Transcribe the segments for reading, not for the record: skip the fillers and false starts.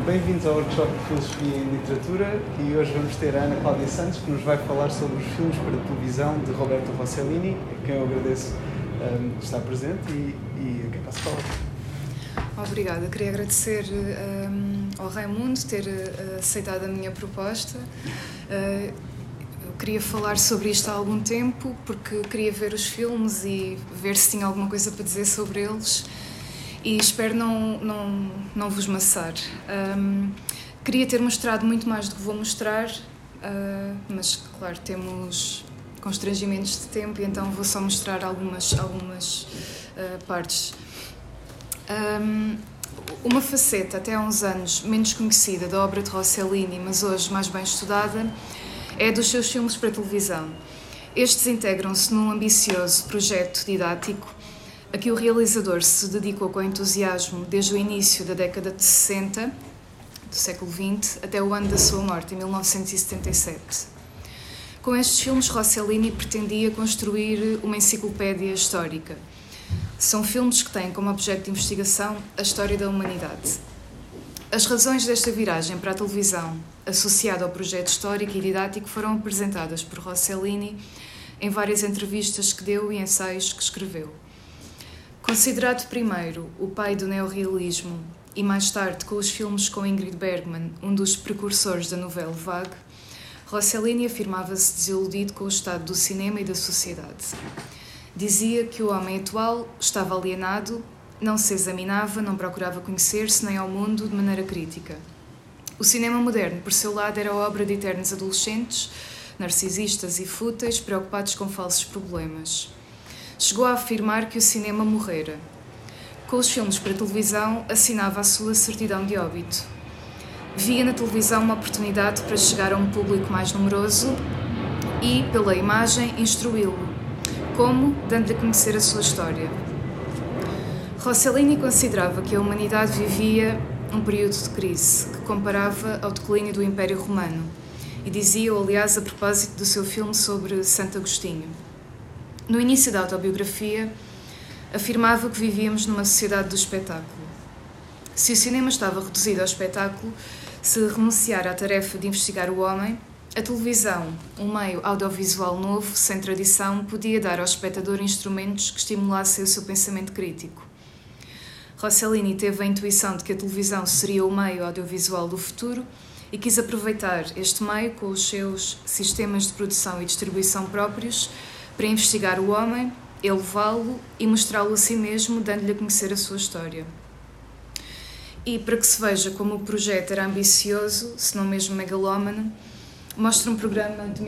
Bem-vindos ao workshop de Filosofia e Literatura e hoje vamos ter a Ana Cláudia Santos, que nos vai falar sobre os filmes para televisão de Roberto Rossellini, a quem eu agradeço estar presente e a quem passo a palavra. Obrigada. Queria agradecer ao Raimundo ter aceitado a minha proposta. Eu queria falar sobre isto há algum tempo porque queria ver os filmes e ver se tinha alguma coisa para dizer sobre eles e espero não vos maçar. Queria ter mostrado muito mais do que vou mostrar, mas claro, temos constrangimentos de tempo e então vou só mostrar algumas partes. Uma faceta, até há uns anos, menos conhecida da obra de Rossellini, mas hoje mais bem estudada, é a dos seus filmes para televisão. Estes integram-se num ambicioso projeto didático a que o realizador se dedicou com entusiasmo desde o início da década de 60, do século XX, até o ano da sua morte, em 1977. Com estes filmes, Rossellini pretendia construir uma enciclopédia histórica. São filmes que têm como objeto de investigação a história da humanidade. As razões desta viragem para a televisão, associada ao projeto histórico e didático, foram apresentadas por Rossellini em várias entrevistas que deu e ensaios que escreveu. Considerado primeiro o pai do neorrealismo e mais tarde, com os filmes com Ingrid Bergman, um dos precursores da Nouvelle Vague, Rossellini afirmava-se desiludido com o estado do cinema e da sociedade. Dizia que o homem atual estava alienado, não se examinava, não procurava conhecer-se nem ao mundo de maneira crítica. O cinema moderno, por seu lado, era obra de eternos adolescentes, narcisistas e fúteis, preocupados com falsos problemas. Chegou a afirmar que o cinema morrera. Com os filmes para televisão, assinava a sua certidão de óbito. Via na televisão uma oportunidade para chegar a um público mais numeroso e, pela imagem, instruí-lo. Como? Dando-lhe a conhecer a sua história. Rossellini considerava que a humanidade vivia um período de crise, que comparava ao declínio do Império Romano, e dizia-o, aliás, a propósito do seu filme sobre Santo Agostinho. No início da autobiografia, afirmava que vivíamos numa sociedade do espetáculo. Se o cinema estava reduzido ao espetáculo, se renunciar à tarefa de investigar o homem, a televisão, um meio audiovisual novo, sem tradição, podia dar ao espectador instrumentos que estimulassem o seu pensamento crítico. Rossellini teve a intuição de que a televisão seria o meio audiovisual do futuro e quis aproveitar este meio com os seus sistemas de produção e distribuição próprios para investigar o homem, elevá-lo e mostrá-lo a si mesmo, dando-lhe a conhecer a sua história. E, para que se veja como o projeto era ambicioso, se não mesmo megalómano, mostra um programa de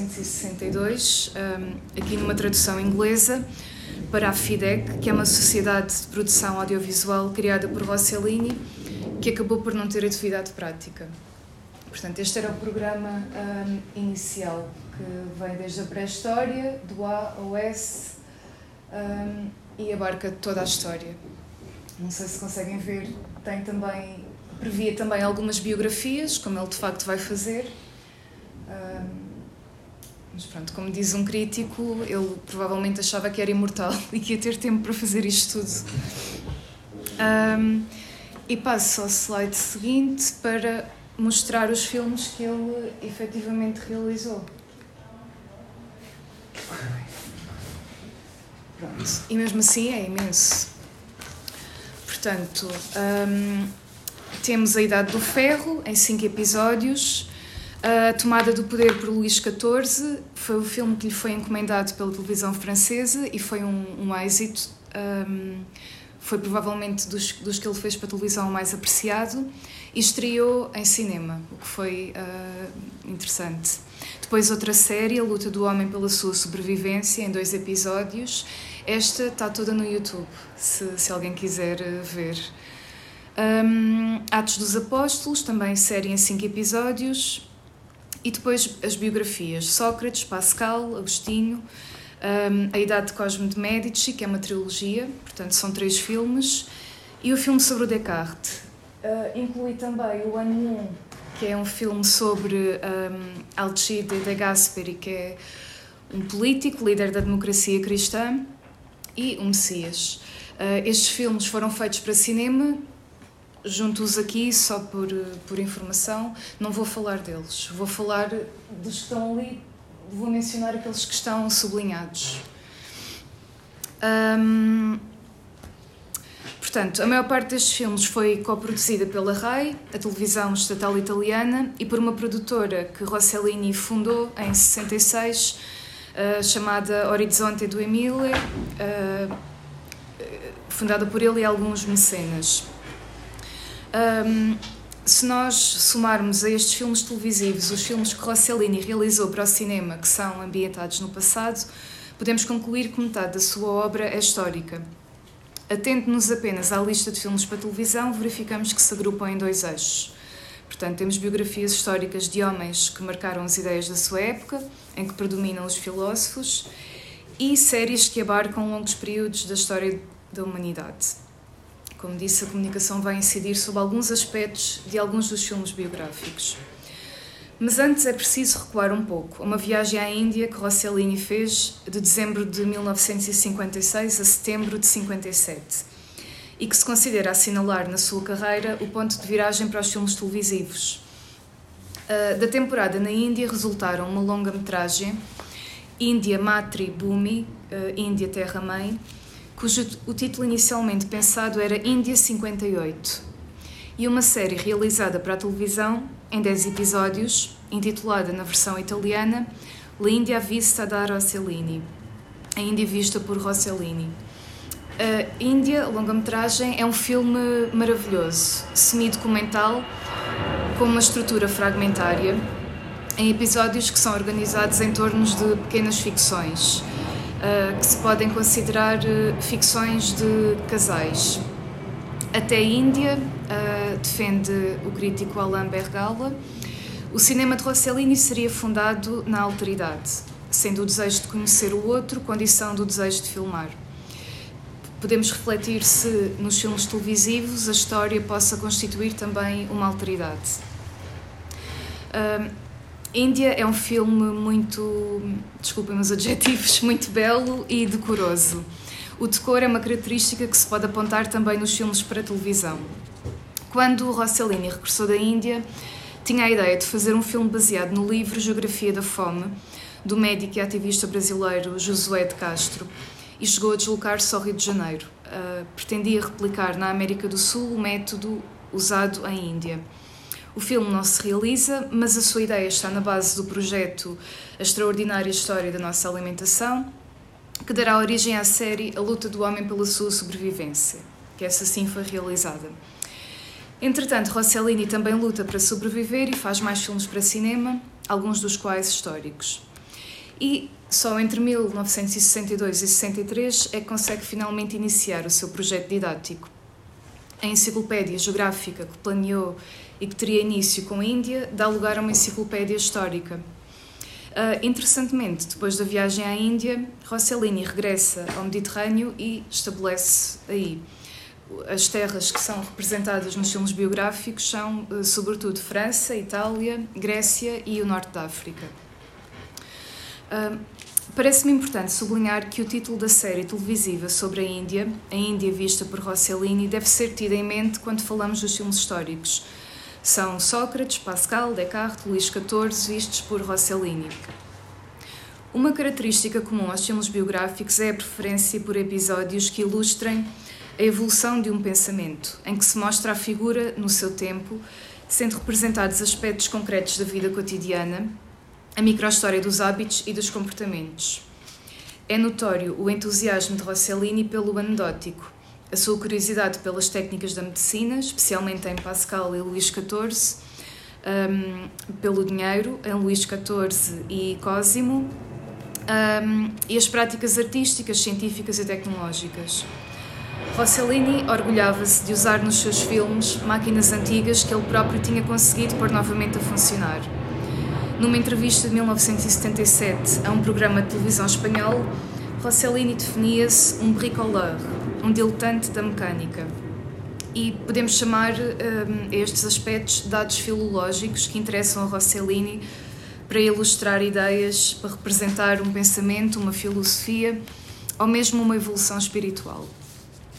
1962, aqui numa tradução inglesa, para a FIDEC, que é uma sociedade de produção audiovisual criada por Rossellini, que acabou por não ter atividade prática. Portanto, este era o programa inicial, que vem desde a pré-história, do A ao S, e abarca toda a história. Não sei se conseguem ver, previa também algumas biografias, como ele de facto vai fazer. Mas pronto, como diz um crítico, ele provavelmente achava que era imortal e que ia ter tempo para fazer isto tudo. E passo ao slide seguinte para mostrar os filmes que ele efetivamente realizou. Pronto. E mesmo assim é imenso. Portanto, temos A Idade do Ferro, em 5 episódios. A Tomada do Poder por Luís XIV foi o filme que lhe foi encomendado pela televisão francesa e foi um êxito. Foi provavelmente dos que ele fez para a televisão o mais apreciado e estreou em cinema, o que foi interessante. Depois outra série, A Luta do Homem pela Sua Sobrevivência, em 2 episódios. Esta está toda no YouTube, se alguém quiser ver. Atos dos Apóstolos, também série em 5 episódios. E depois as biografias, Sócrates, Pascal, Agostinho, A Idade de Cosme de Médici, que é uma trilogia, portanto são 3 filmes, e o filme sobre o Descartes. Inclui também o Ano 1, que é um filme sobre Alcide de Gasperi, que é um político, líder da democracia cristã, e o Messias. Estes filmes foram feitos para cinema, junto-os aqui só por informação. Não vou falar deles, vou falar dos que estão ali, vou mencionar aqueles que estão sublinhados. Portanto, a maior parte destes filmes foi coproduzida pela RAI, a televisão estatal italiana, e por uma produtora que Rossellini fundou em 66, chamada Orizzonte do Emile, fundada por ele e alguns mecenas. Se nós somarmos a estes filmes televisivos os filmes que Rossellini realizou para o cinema, que são ambientados no passado, podemos concluir que metade da sua obra é histórica. Atendo-nos apenas à lista de filmes para televisão, verificamos que se agrupam em 2 eixos. Portanto, temos biografias históricas de homens que marcaram as ideias da sua época, em que predominam os filósofos, e séries que abarcam longos períodos da história da humanidade. Como disse, a comunicação vai incidir sobre alguns aspectos de alguns dos filmes biográficos. Mas antes é preciso recuar um pouco a uma viagem à Índia que Rossellini fez de dezembro de 1956 a setembro de 57 e que se considera assinalar na sua carreira o ponto de viragem para os filmes televisivos. Da temporada na Índia resultaram uma longa-metragem, Índia Matri Bhumi, Índia Terra-Mãe, cujo o título inicialmente pensado era Índia 58, e uma série realizada para a televisão, em 10 episódios, intitulada na versão italiana L'India vista da Rossellini, a Índia vista por Rossellini. A Índia, a longa-metragem, é um filme maravilhoso, semi-documental, com uma estrutura fragmentária, em episódios que são organizados em torno de pequenas ficções, que se podem considerar ficções de casais. Até a Índia, defende o crítico Alain Bergala, o cinema de Rossellini seria fundado na alteridade, sendo o desejo de conhecer o outro condição do desejo de filmar. Podemos refletir se nos filmes televisivos a história possa constituir também uma alteridade. Índia é um filme muito, desculpem os adjetivos, muito belo e decoroso. O decor é uma característica que se pode apontar também nos filmes para televisão. Quando Rossellini regressou da Índia, tinha a ideia de fazer um filme baseado no livro Geografia da Fome, do médico e ativista brasileiro Josué de Castro, e chegou a deslocar-se ao Rio de Janeiro. Pretendia replicar na América do Sul o método usado em Índia. O filme não se realiza, mas a sua ideia está na base do projeto A Extraordinária História da Nossa Alimentação, que dará origem à série A Luta do Homem pela Sua Sobrevivência, que essa sim foi realizada. Entretanto, Rossellini também luta para sobreviver e faz mais filmes para cinema, alguns dos quais históricos. E só entre 1962 e 63 é que consegue finalmente iniciar o seu projeto didático. A enciclopédia geográfica que planeou e que teria início com a Índia dá lugar a uma enciclopédia histórica. Interessantemente, depois da viagem à Índia, Rossellini regressa ao Mediterrâneo e estabelece aí. As terras que são representadas nos filmes biográficos são, sobretudo, França, Itália, Grécia e o Norte da África. Parece-me importante sublinhar que o título da série televisiva sobre a Índia vista por Rossellini, deve ser tido em mente quando falamos dos filmes históricos. São Sócrates, Pascal, Descartes, Luís XIV, vistos por Rossellini. Uma característica comum aos filmes biográficos é a preferência por episódios que ilustrem a evolução de um pensamento, em que se mostra a figura no seu tempo, sendo representados aspectos concretos da vida cotidiana, a microhistória dos hábitos e dos comportamentos. É notório o entusiasmo de Rossellini pelo anedótico, a sua curiosidade pelas técnicas da medicina, especialmente em Pascal e Luís XIV, pelo dinheiro, em Luís XIV e Cosimo, e as práticas artísticas, científicas e tecnológicas. Rossellini orgulhava-se de usar nos seus filmes máquinas antigas que ele próprio tinha conseguido pôr novamente a funcionar. Numa entrevista de 1977 a um programa de televisão espanhol, Rossellini definia-se um bricoleur, um diletante da mecânica. E podemos chamar estes aspectos dados filológicos que interessam a Rossellini para ilustrar ideias, para representar um pensamento, uma filosofia ou mesmo uma evolução espiritual.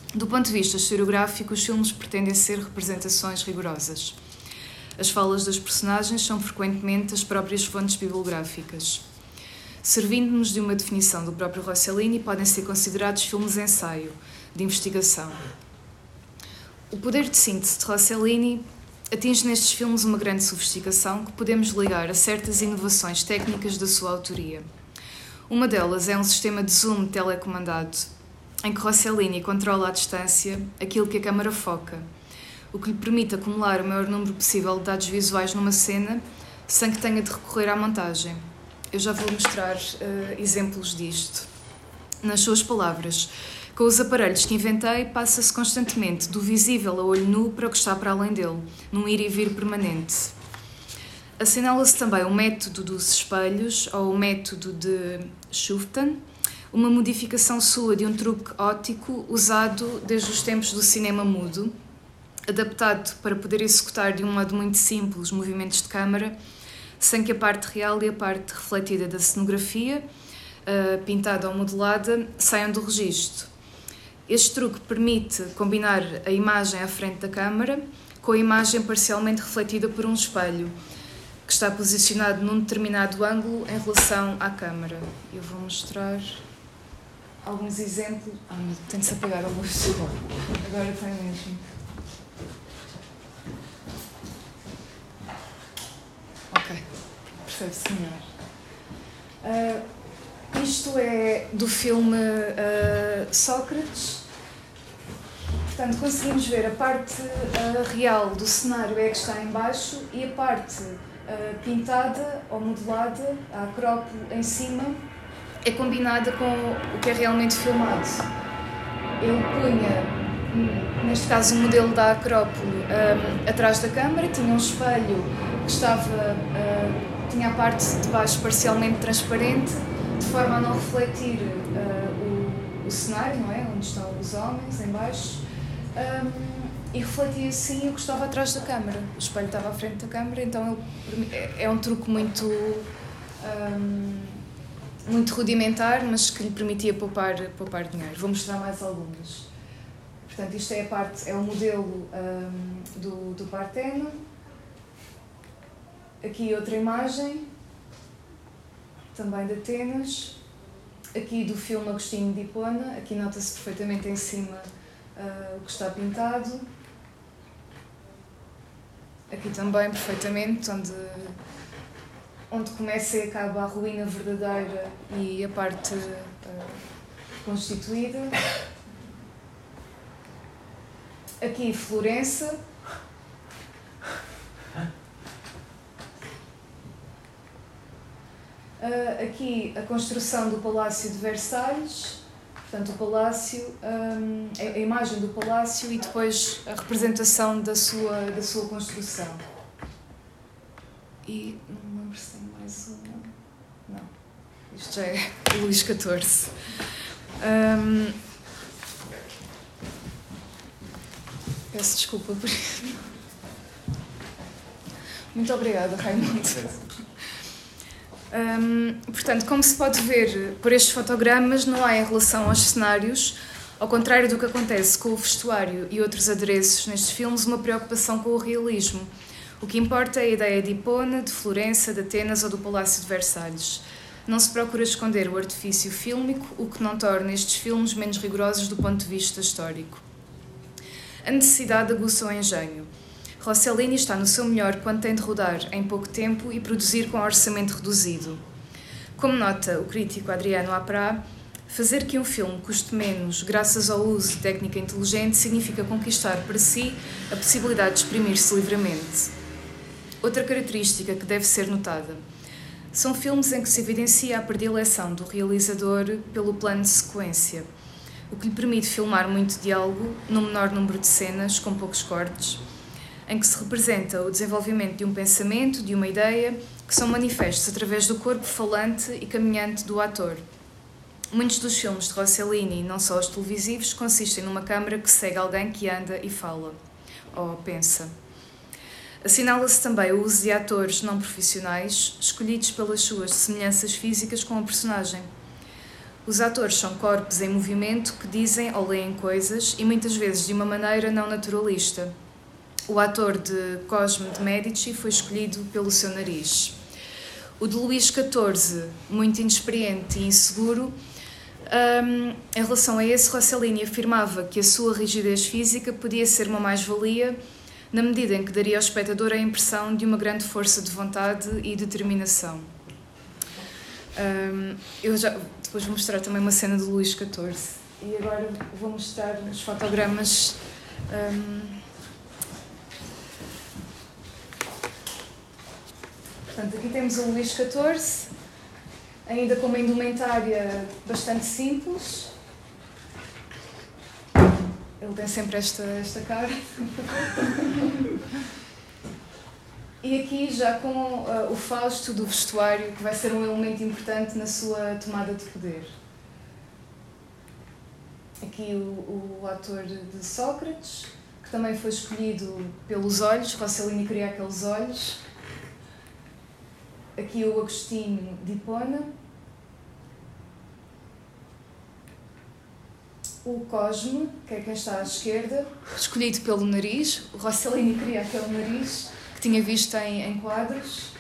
Do ponto de vista historiográfico, os filmes pretendem ser representações rigorosas. As falas dos personagens são frequentemente as próprias fontes bibliográficas. Servindo-nos de uma definição do próprio Rossellini, podem ser considerados filmes de ensaio, de investigação. O poder de síntese de Rossellini atinge nestes filmes uma grande sofisticação que podemos ligar a certas inovações técnicas da sua autoria. Uma delas é um sistema de zoom telecomandado, em que Rossellini controla à distância aquilo que a câmara foca, o que lhe permite acumular o maior número possível de dados visuais numa cena, sem que tenha de recorrer à montagem. Eu já vou mostrar exemplos disto. Nas suas palavras, com os aparelhos que inventei, passa-se constantemente do visível a olho nu para o que está para além dele, num ir e vir permanente. Assinala-se também o método dos espelhos, ou o método de Schuften, uma modificação sua de um truque óptico usado desde os tempos do cinema mudo, adaptado para poder executar de um modo muito simples movimentos de câmara, sem que a parte real e a parte refletida da cenografia, pintada ou modelada, saiam do registro. Este truque permite combinar a imagem à frente da câmara com a imagem parcialmente refletida por um espelho, que está posicionado num determinado ângulo em relação à câmara. Eu vou mostrar alguns exemplos. Tem de se apagar a luz. Agora tem mesmo. Ok, percebe-se melhor. Isto é do filme Sócrates. Portanto, conseguimos ver a parte real do cenário é que está em baixo e a parte pintada ou modelada, a acrópole em cima, é combinada com o que é realmente filmado. Eu punha, neste caso, o modelo da acrópole atrás da câmara, tinha um espelho que estava, tinha a parte de baixo parcialmente transparente, de forma a não refletir o cenário, não é? Onde estão os homens, em baixo, e refletia assim o que estava atrás da câmara. O espelho estava à frente da câmara, então é um truque muito rudimentar, mas que lhe permitia poupar dinheiro. Vou mostrar mais algumas. Portanto, isto é é o modelo do Parteno. Aqui outra imagem, também de Atenas. Aqui do filme Agostinho de Hipona. Aqui nota-se perfeitamente em cima o que está pintado. Aqui também perfeitamente, onde começa e acaba a ruína verdadeira e a parte constituída. Aqui Florença. Aqui a construção do Palácio de Versalhes. Portanto, o palácio, a imagem do palácio e depois a representação da sua construção. E não me lembro se tem mais uma. Não. Isto já é Luís XIV. Peço desculpa por isso. Muito obrigada, Raimundo. Portanto, como se pode ver por estes fotogramas, não há em relação aos cenários, ao contrário do que acontece com o vestuário e outros adereços nestes filmes, uma preocupação com o realismo. O que importa é a ideia de Hipona, de Florença, de Atenas ou do Palácio de Versalhes. Não se procura esconder o artifício fílmico, o que não torna estes filmes menos rigorosos do ponto de vista histórico. A necessidade aguça o engenho. Rossellini está no seu melhor quando tem de rodar em pouco tempo e produzir com orçamento reduzido. Como nota o crítico Adriano Aprá, fazer que um filme custe menos graças ao uso de técnica inteligente significa conquistar para si a possibilidade de exprimir-se livremente. Outra característica que deve ser notada são filmes em que se evidencia a predileção do realizador pelo plano de sequência, o que lhe permite filmar muito diálogo num menor número de cenas, com poucos cortes, em que se representa o desenvolvimento de um pensamento, de uma ideia, que são manifestos através do corpo falante e caminhante do ator. Muitos dos filmes de Rossellini, não só os televisivos, consistem numa câmara que segue alguém que anda e fala, ou pensa. Assinala-se também o uso de atores não profissionais, escolhidos pelas suas semelhanças físicas com a personagem. Os atores são corpos em movimento que dizem ou leem coisas e muitas vezes de uma maneira não naturalista. O ator de Cosme de Medici foi escolhido pelo seu nariz. O de Luís XIV, muito inexperiente e inseguro, em relação a esse, Rossellini afirmava que a sua rigidez física podia ser uma mais-valia na medida em que daria ao espectador a impressão de uma grande força de vontade e determinação. Eu já depois vou mostrar também uma cena de Luís XIV e agora vou mostrar os fotogramas. Portanto, aqui temos o Luís XIV, ainda com uma indumentária bastante simples. Ele tem sempre esta cara. E aqui já com o Fausto do vestuário, que vai ser um elemento importante na sua tomada de poder. Aqui o ator de Sócrates, que também foi escolhido pelos olhos. Rossellini queria aqueles olhos. Aqui o Agostinho de Hipona. O Cosme, que é quem está à esquerda, escolhido pelo nariz. O Rossellini queria aquele nariz que tinha visto em quadros.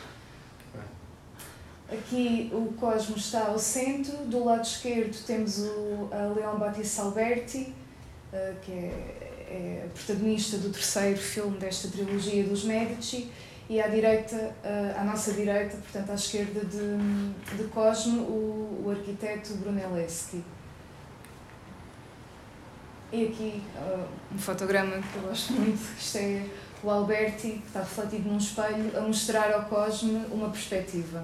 Aqui o Cosmo está ao centro. Do lado esquerdo temos o Leon Battista Alberti, que é a protagonista do terceiro filme desta trilogia dos Medici. E à direita, à nossa direita, portanto à esquerda de Cosmo, o arquiteto Brunelleschi. E aqui um fotograma que eu gosto muito, isto é o Alberti, que está refletido num espelho, a mostrar ao Cosme uma perspectiva.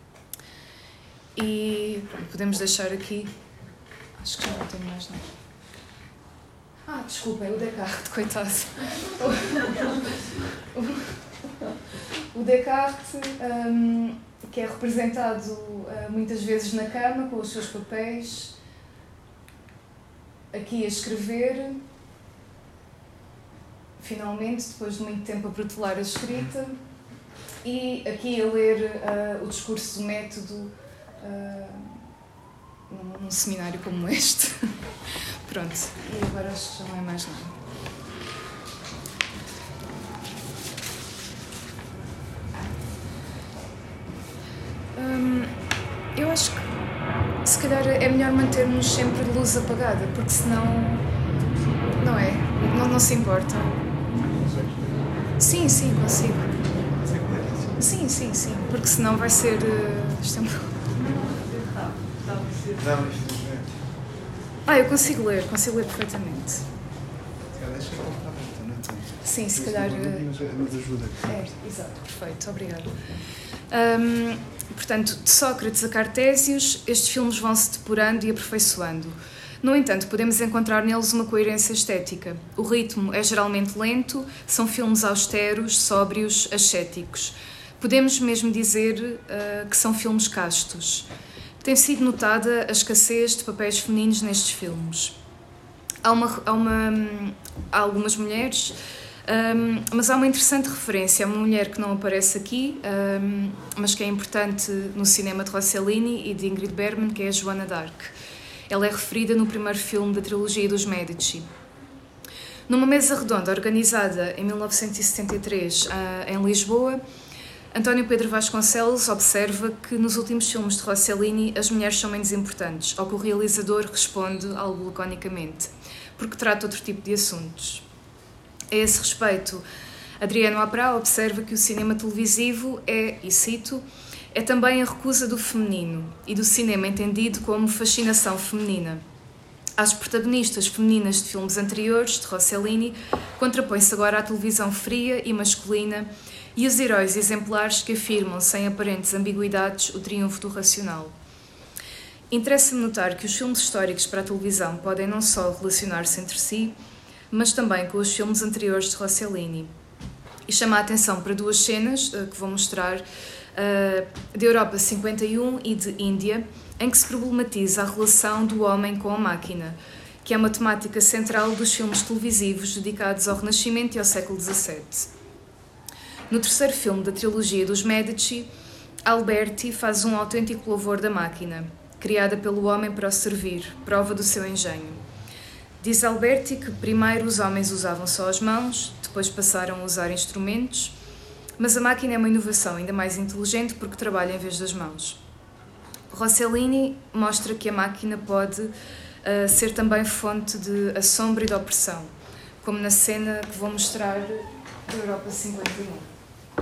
E pronto, podemos deixar aqui, acho que já não tenho mais nada. Desculpem, o Descartes, coitado. O Descartes, que é representado muitas vezes na cama com os seus papéis, aqui a escrever, finalmente, depois de muito tempo a protelar a escrita, e aqui a ler o discurso do método num seminário como este. Pronto, e agora acho que já não é mais nada. Eu acho que se calhar é melhor mantermos sempre de luz apagada, porque senão não é, não se importa. Sim, consigo. Sim, porque senão vai ser isto é eu consigo ler perfeitamente. Sim, se calhar nos ajuda. Exato, perfeito, obrigada. Portanto, de Sócrates a Cartésios, estes filmes vão-se depurando e aperfeiçoando. No entanto, podemos encontrar neles uma coerência estética. O ritmo é geralmente lento, são filmes austeros, sóbrios, ascéticos. Podemos mesmo dizer que são filmes castos. Tem sido notada a escassez de papéis femininos nestes filmes. Há algumas mulheres, mas há uma interessante referência a uma mulher que não aparece aqui, mas que é importante no cinema de Rossellini e de Ingrid Bergman, que é a Joana d'Arc. Ela é referida no primeiro filme da trilogia dos Medici. Numa mesa redonda organizada em 1973 em Lisboa, António Pedro Vasconcelos observa que nos últimos filmes de Rossellini as mulheres são menos importantes, ao que o realizador responde algo laconicamente, porque trata outro tipo de assuntos. A esse respeito, Adriano Aprá observa que o cinema televisivo é, e cito, é também a recusa do feminino e do cinema entendido como fascinação feminina. Às protagonistas femininas de filmes anteriores, de Rossellini, contrapõe-se agora a televisão fria e masculina e os heróis exemplares que afirmam, sem aparentes ambiguidades, o triunfo do racional. Interessa-me notar que os filmes históricos para a televisão podem não só relacionar-se entre si, mas também com os filmes anteriores de Rossellini. E chama a atenção para duas cenas que vou mostrar, de Europa 51 e de Índia, em que se problematiza a relação do homem com a máquina, que é uma temática central dos filmes televisivos dedicados ao Renascimento e ao século XVII. No terceiro filme da trilogia dos Medici, Alberti faz um autêntico louvor da máquina. criada pelo homem para o servir, prova do seu engenho. Diz Alberti que primeiro os homens usavam só as mãos, depois passaram a usar instrumentos, mas a máquina é uma inovação ainda mais inteligente porque trabalha em vez das mãos. Rossellini mostra que a máquina pode ser também fonte de assombro e de opressão, como na cena que vou mostrar da Europa 51.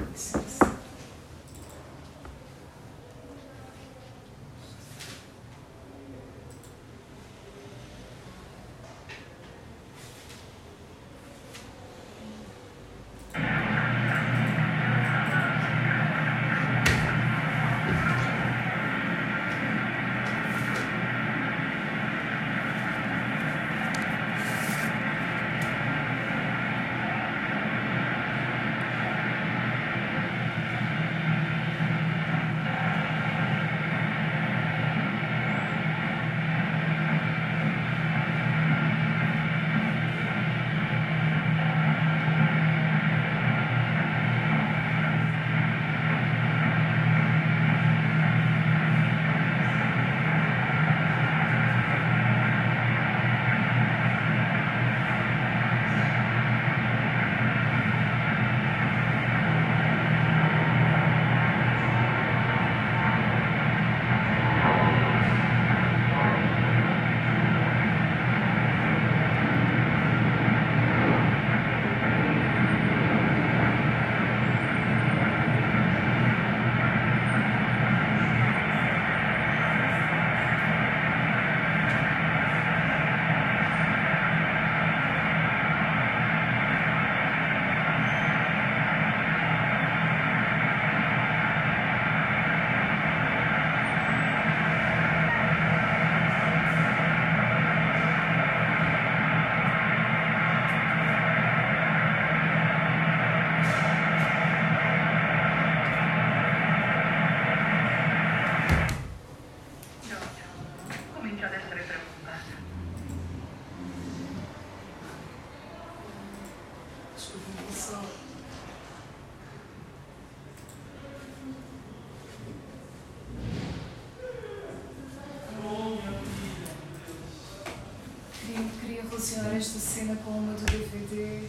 Queria relacionar esta cena com uma do DVD,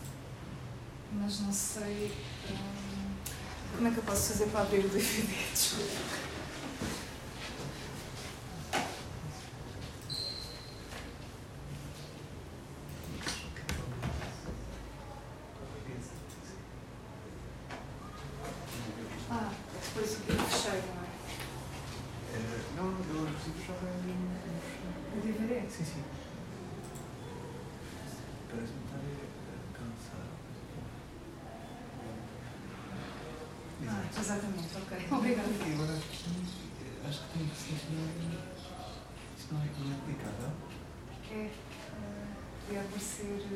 mas não sei como é que eu posso fazer para abrir o DVD. Desculpa. Depois o que eu fechei, não é? Não, eu já O DVD? Sim, sim. Parece-me estar a cansar. Exatamente, ok. Obrigada. E agora acho que tem que ser. Isto não é aplicável? Podia aparecer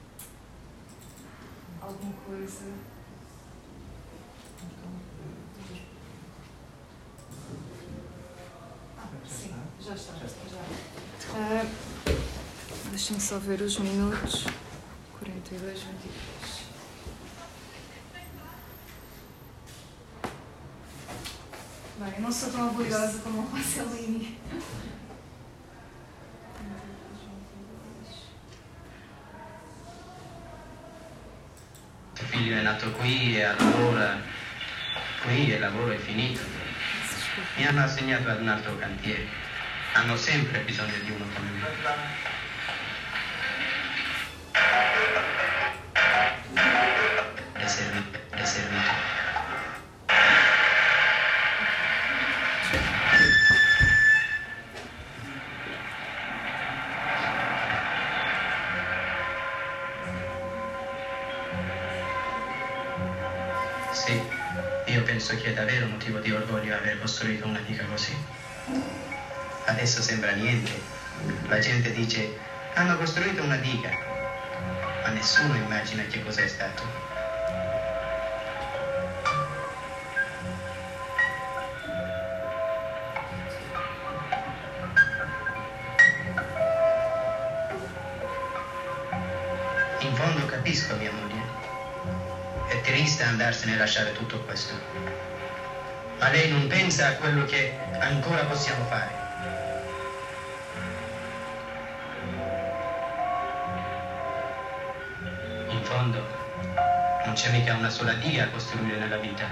alguma coisa. Sim, já está. Deixa-me só ver os minutos. 42, 23. Bem, eu não sou tão orgulhosa como o Rossellini. Tuo figlio è nato qui e allora qui il lavoro è finito. Mi hanno assegnato ad un altro cantiere. Hanno sempre bisogno di uno come me. Le servite. Sì, io penso che è davvero motivo di orgoglio aver costruito una diga così. Adesso sembra niente. La gente dice, hanno costruito una diga, ma nessuno immagina che cos'è stato. In fondo capisco mia moglie. È triste andarsene e lasciare tutto questo. Ma lei non pensa a quello che ancora possiamo fare. fondo non c'è mica una sola diga a costruire nella vita.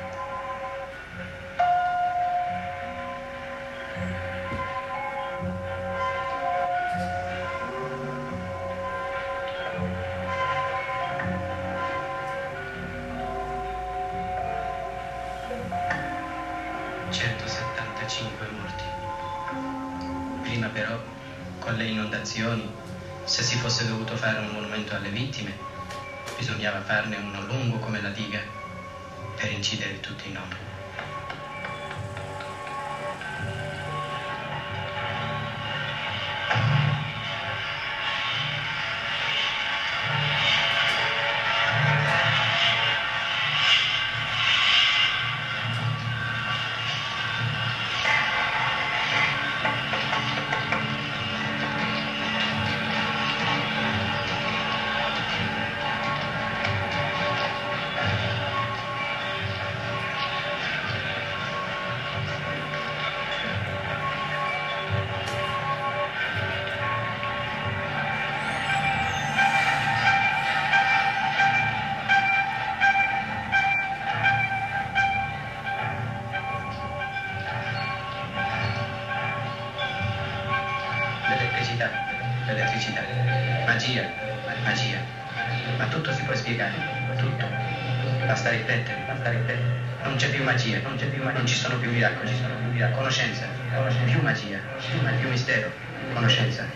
Prima però, con le inondazioni, se si fosse dovuto fare un monumento alle vittime, bisognava farne uno lungo come la diga per incidere tutti i nomi. L'elettricità, magia, ma tutto si può spiegare, tutto. Basta riflettere. Non c'è più magia, non ci sono più miracoli, conoscenza, più magia, più mistero, conoscenza.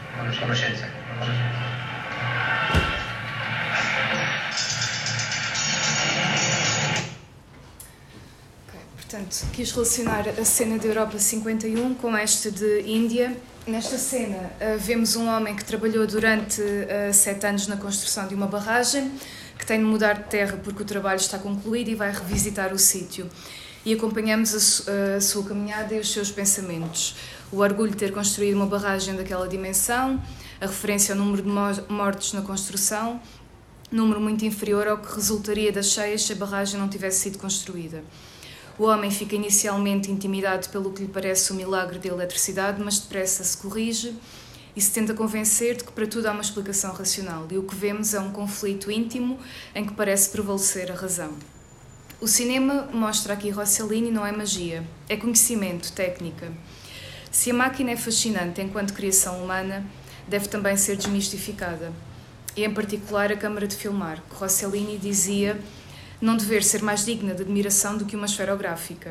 Portanto, quis relacionar a cena da Europa 51 com esta de Índia. Nesta cena vemos um homem que trabalhou durante 7 anos na construção de uma barragem, que tem de mudar de terra porque o trabalho está concluído e vai revisitar o sítio. E acompanhamos a sua caminhada e os seus pensamentos. O orgulho de ter construído uma barragem daquela dimensão, a referência ao número de mortos na construção, número muito inferior ao que resultaria das cheias se a barragem não tivesse sido construída. O homem fica inicialmente intimidado pelo que lhe parece o milagre da eletricidade, mas depressa se corrige e se tenta convencer de que para tudo há uma explicação racional. E o que vemos é um conflito íntimo em que parece prevalecer a razão. O cinema mostra aqui Rossellini não é magia, é conhecimento, técnica. Se a máquina é fascinante enquanto criação humana, deve também ser desmistificada. E em particular a câmara de filmar, que Rossellini dizia não dever ser mais digna de admiração do que uma esferográfica.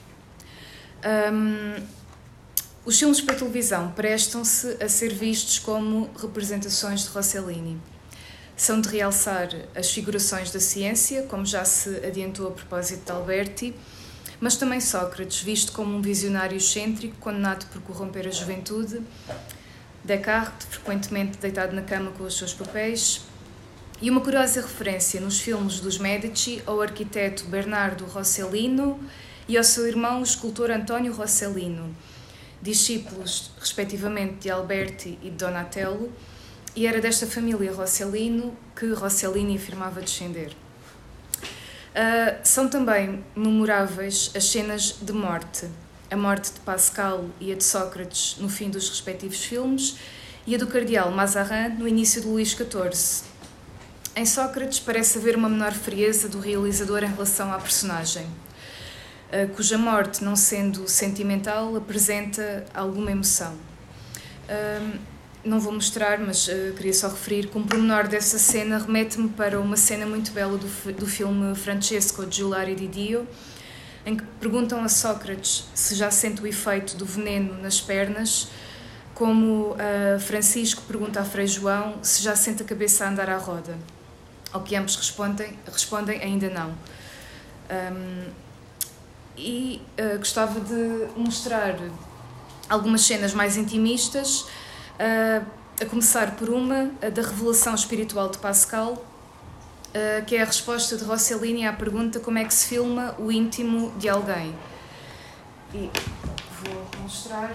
Os filmes para televisão prestam-se a ser vistos como representações de Rossellini. São de realçar as figurações da ciência, como já se adiantou a propósito de Alberti, mas também Sócrates, visto como um visionário excêntrico, condenado por corromper a juventude, Descartes, frequentemente deitado na cama com os seus papéis, e uma curiosa referência nos filmes dos Medici ao arquiteto Bernardo Rossellino e ao seu irmão, o escultor António Rossellino, discípulos, respectivamente, de Alberti e de Donatello, e era desta família Rossellino que Rossellini afirmava descender. São também memoráveis as cenas de morte, a morte de Pascal e a de Sócrates no fim dos respectivos filmes e a do cardeal Mazarin no início do Luís XIV. Em Sócrates parece haver uma menor frieza do realizador em relação à personagem, cuja morte, não sendo sentimental, apresenta alguma emoção. Não vou mostrar, mas queria só referir que um pormenor dessa cena remete-me para uma cena muito bela do filme Francesco de Giulari di Dio, em que perguntam a Sócrates se já sente o efeito do veneno nas pernas, como Francisco pergunta a Frei João se já sente a cabeça a andar à roda. Ao que ambos respondem ainda não. Gostava de mostrar algumas cenas mais intimistas, a começar por uma, a da revelação espiritual de Pascal, que é a resposta de Rossellini à pergunta como é que se filma o íntimo de alguém. E vou mostrar...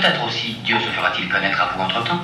Peut-être aussi Dieu se fera-t-il connaître à vous entre-temps.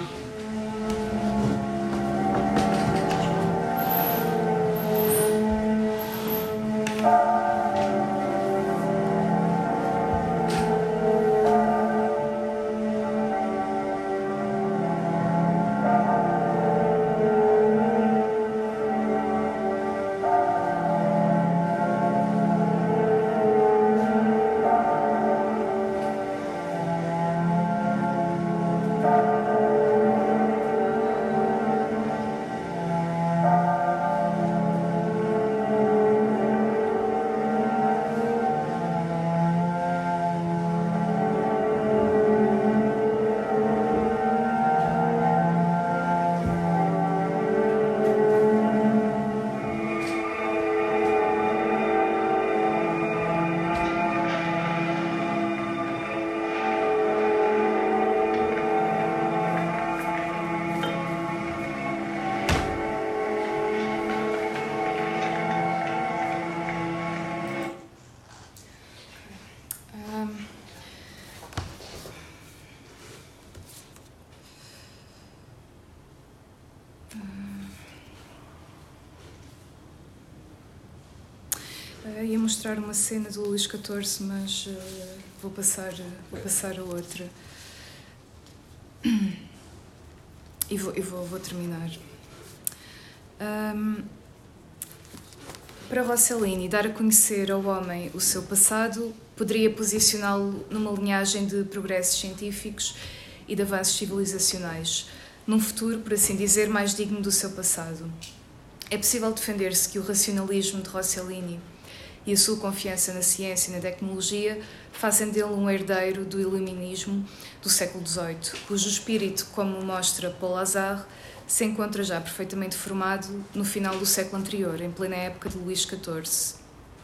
Ia mostrar uma cena do Luís XIV, mas vou passar a outra. E vou terminar. Para Rossellini, dar a conhecer ao homem o seu passado poderia posicioná-lo numa linhagem de progressos científicos e de avanços civilizacionais, num futuro, por assim dizer, mais digno do seu passado. É possível defender-se que o racionalismo de Rossellini e a sua confiança na ciência e na tecnologia fazem dele um herdeiro do iluminismo do século XVIII, cujo espírito, como mostra Paul Lazare, se encontra já perfeitamente formado no final do século anterior, em plena época de Luís XIV.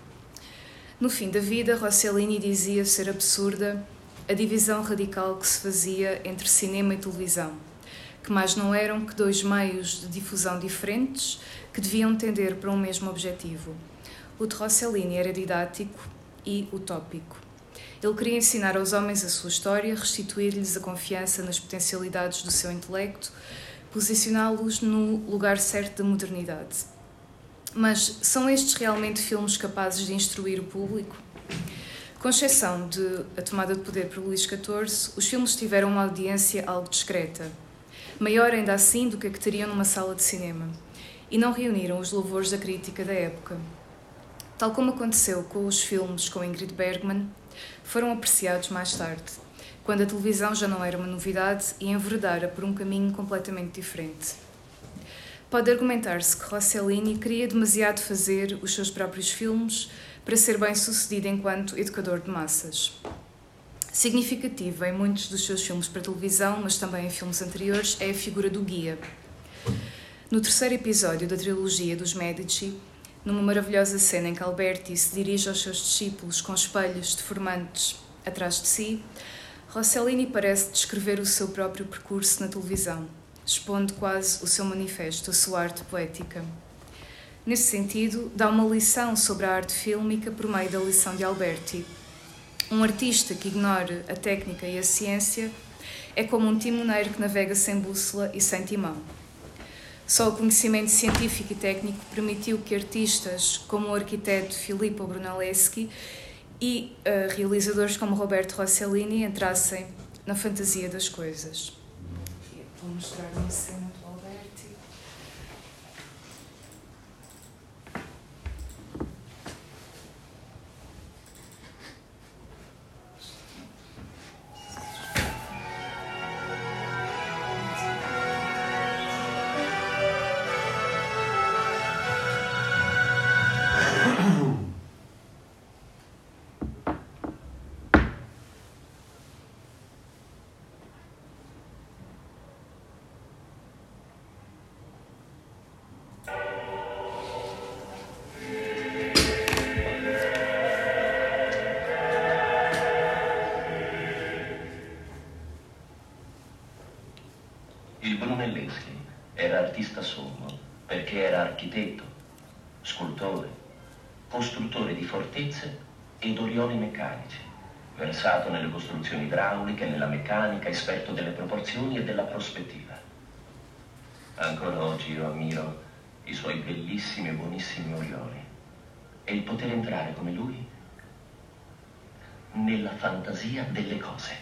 No fim da vida, Rossellini dizia ser absurda a divisão radical que se fazia entre cinema e televisão, que mais não eram que dois meios de difusão diferentes que deviam tender para um mesmo objetivo. O de Rossellini era didático e utópico. Ele queria ensinar aos homens a sua história, restituir-lhes a confiança nas potencialidades do seu intelecto, posicioná-los no lugar certo da modernidade. Mas são estes realmente filmes capazes de instruir o público? Com exceção de A Tomada de Poder por Luís XIV, os filmes tiveram uma audiência algo discreta, maior ainda assim do que a que teriam numa sala de cinema, e não reuniram os louvores da crítica da época. Tal como aconteceu com os filmes com Ingrid Bergman, foram apreciados mais tarde, quando a televisão já não era uma novidade e enveredara por um caminho completamente diferente. Pode argumentar-se que Rossellini queria demasiado fazer os seus próprios filmes para ser bem-sucedido enquanto educador de massas. Significativa em muitos dos seus filmes para televisão, mas também em filmes anteriores, é a figura do guia. No terceiro episódio da trilogia dos Medici, numa maravilhosa cena em que Alberti se dirige aos seus discípulos com espelhos deformantes atrás de si, Rossellini parece descrever o seu próprio percurso na televisão, expondo quase o seu manifesto, a sua arte poética. Nesse sentido, dá uma lição sobre a arte fílmica por meio da lição de Alberti. Um artista que ignora a técnica e a ciência é como um timoneiro que navega sem bússola e sem timão. Só o conhecimento científico e técnico permitiu que artistas como o arquiteto Filippo Brunelleschi e realizadores como Roberto Rossellini entrassem na fantasia das coisas. Vou mostrar uma cena do Alberti. Il Brunelleschi era artista sommo perché era architetto, scultore, costruttore di fortezze e dorioni meccanici. versato nelle costruzioni idrauliche, nella meccanica, esperto delle proporzioni e della prospettiva. Ancora oggi io ammiro i suoi bellissimi e buonissimi orioli e il poter entrare come lui nella fantasia delle cose.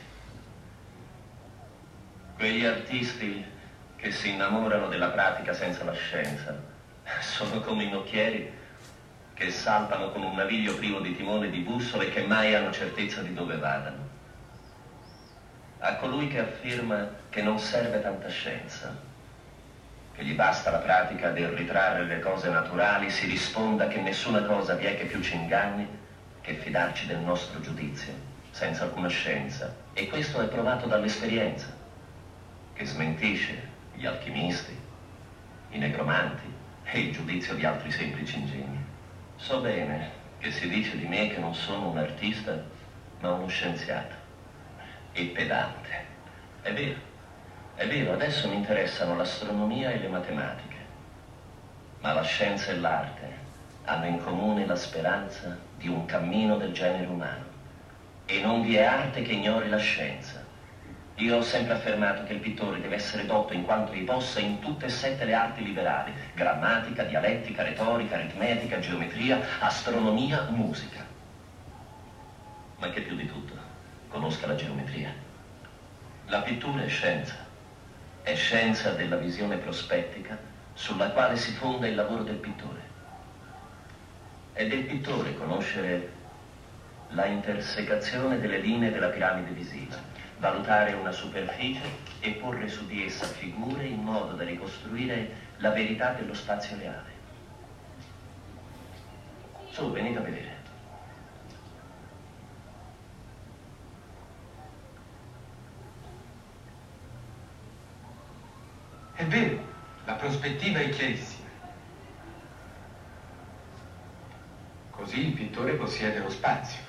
Quegli artisti che si innamorano della pratica senza la scienza sono come i nocchieri che saltano con un naviglio privo di timone e di bussole e che mai hanno certezza di dove vadano. A colui che afferma che non serve tanta scienza, che gli basta la pratica del ritrarre le cose naturali, si risponda che nessuna cosa vi è che più ci inganni che fidarci del nostro giudizio, senza alcuna scienza. E questo è provato dall'esperienza, che smentisce gli alchimisti, i negromanti e il giudizio di altri semplici ingegni. So bene che si dice di me che non sono un artista, ma uno scienziato. E pedante. È vero, adesso mi interessano l'astronomia e le matematiche. Ma la scienza e l'arte hanno in comune la speranza di un cammino del genere umano. E non vi è arte che ignori la scienza. Io ho sempre affermato che il pittore deve essere dotto in quanto vi possa in tutte e 7 le arti liberali: grammatica, dialettica, retorica, aritmetica, geometria, astronomia, musica. Ma che più di tutto conosca la geometria. La pittura è scienza della visione prospettica sulla quale si fonda il lavoro del pittore. È del pittore conoscere la intersecazione delle linee della piramide visiva, valutare una superficie e porre su di essa figure in modo da ricostruire la verità dello spazio reale. Su, venite a vedere. È vero, la prospettiva è chiarissima. Così il pittore possiede lo spazio.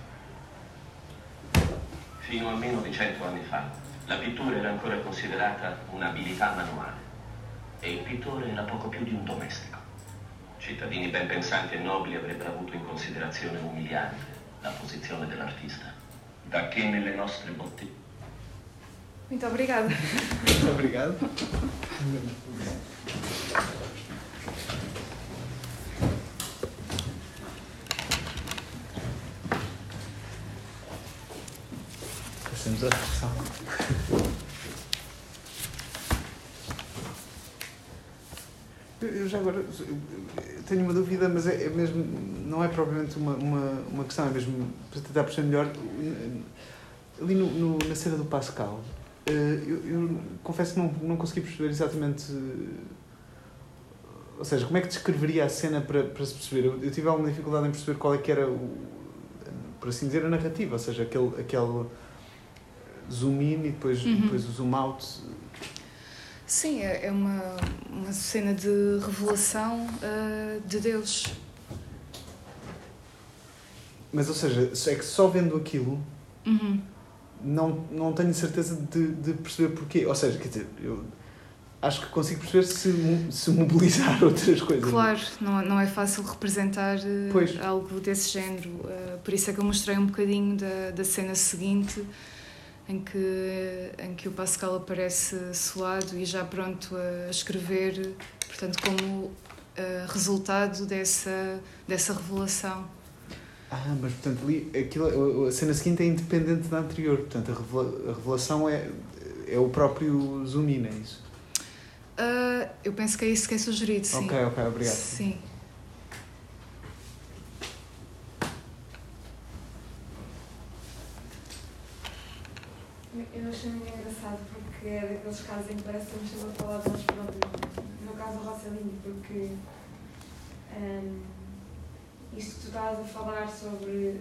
Fino a meno di 100 anni fa, la pittura era ancora considerata un'abilità manuale e il pittore era poco più di un domestico. Cittadini ben pensanti e nobili avrebbero avuto in considerazione umiliante la posizione dell'artista, da che nelle nostre botti. Muito obrigada. Muito obrigado. Passamos à discussão. Eu já agora tenho uma dúvida, mas é mesmo, não é propriamente uma questão, é mesmo para tentar perceber melhor. Ali na cena do Pascal, eu confesso que não consegui perceber exatamente, ou seja, como é que descreveria a cena para se perceber. Eu tive alguma dificuldade em perceber qual é que era, por assim dizer, a narrativa, ou seja, aquele zoom in e depois o zoom out. Sim, é uma cena de revelação de Deus. Mas, ou seja, é que só vendo aquilo, não tenho certeza de perceber porquê. Ou seja, quer dizer, eu acho que consigo perceber se mobilizar outras coisas. Claro, não é fácil representar algo desse género. Por isso é que eu mostrei um bocadinho da cena seguinte, em que o Pascal aparece suado e já pronto a escrever, portanto, como resultado dessa revelação. Mas portanto ali, a cena seguinte é independente da anterior, portanto a revelação é o próprio zoom in, é isso? Eu penso que é isso que é sugerido, sim. Ok, obrigado. Sim. Eu achei muito engraçado porque é daqueles casos em que parece que estamos sempre a falar de nós próprios. No caso do Rossellini, porque isto que tu estás a falar sobre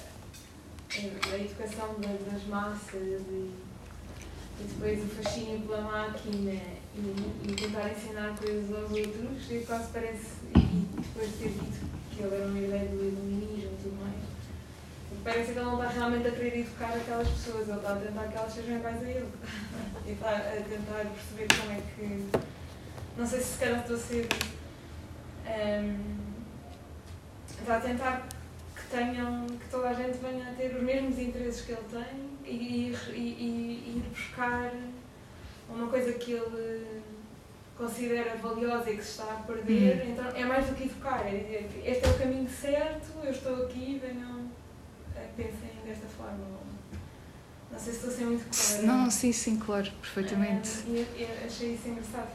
a educação das massas e depois o fascínio pela máquina e tentar ensinar coisas aos outros, e quase parece, e depois de ter dito que ele era uma ideia do iluminismo e tudo mais, parece que ele não está realmente a querer educar aquelas pessoas, ele está a tentar que elas sejam iguais a ele. E está a tentar perceber como é que... Não sei se calhar estou a ser... está a tentar que que toda a gente venha a ter os mesmos interesses que ele tem e ir buscar uma coisa que ele considera valiosa e que se está a perder. Então é mais do que educar, é dizer que este é o caminho certo, eu estou aqui, venham, pensem desta forma. Não sei se estou a ser muito clara. Não, sim, claro, perfeitamente. E achei isso engraçado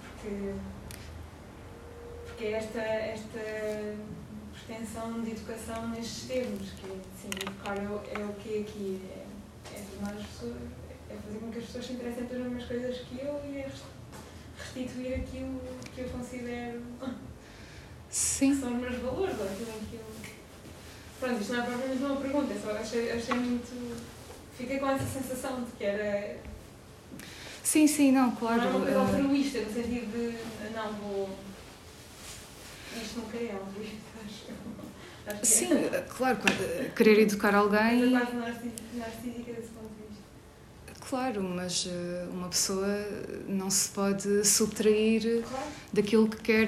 porque esta pretensão de educação nestes termos, que sim, educar é o que é aqui, é tornar as pessoas, é fazer com que as pessoas se interessem pelas mesmas coisas que eu e é restituir aquilo que eu considero Sim. que são os meus valores, ou aquilo em que eu... Pronto, isto não é propriamente uma pergunta, só achei muito... Fiquei com essa sensação de que era... Sim, não, claro. Não é uma coisa altruísta, no sentido de, não, vou... Isto nunca é altruísta, acho que sim, claro, querer educar alguém... Mas é quase narcísica desse ponto de vista. Claro, mas uma pessoa não se pode subtrair daquilo que quer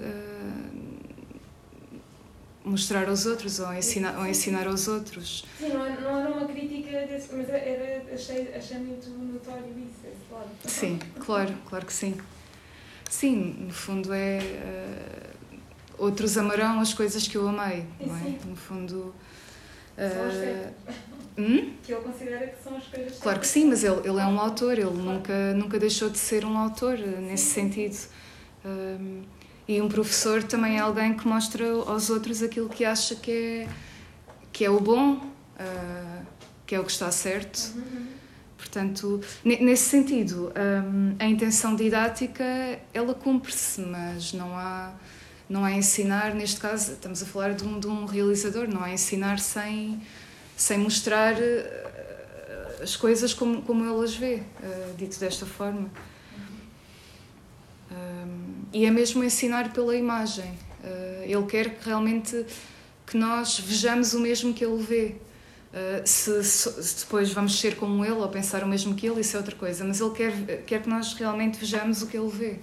mostrar aos outros ou ensinar aos outros. Sim, não era uma crítica desse, mas achei muito notório isso, esse lado. Sim, claro que sim. Sim, no fundo é... outros amarão as coisas que eu amei, não é? No fundo... São as certas. Que ele considera que são as coisas certas. Claro que sim, mas ele é um autor, ele nunca deixou de ser um autor nesse sentido. E um professor também é alguém que mostra aos outros aquilo que acha que é o bom, que é o que está certo. Portanto, nesse sentido, a intenção didática, ela cumpre-se, mas não há ensinar, neste caso, estamos a falar de um realizador, não há ensinar sem mostrar as coisas como ele as vê, dito desta forma. E é mesmo ensinar pela imagem. Ele quer que realmente que nós vejamos o mesmo que ele vê. Se depois vamos ser como ele ou pensar o mesmo que ele, isso é outra coisa. Mas ele quer que nós realmente vejamos o que ele vê.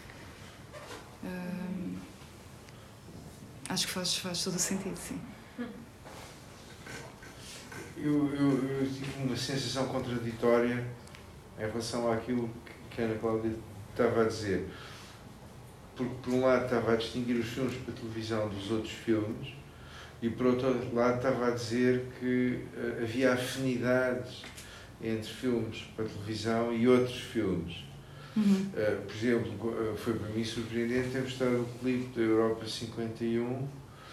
Acho que faz todo o sentido, sim. Eu tive uma sensação contraditória em relação àquilo que a Ana Cláudia estava a dizer. Porque, por um lado, estava a distinguir os filmes para televisão dos outros filmes e, por outro lado, estava a dizer que havia afinidades entre filmes para televisão e outros filmes. Por exemplo, foi para mim surpreendente ter mostrado o clipe da Europa 51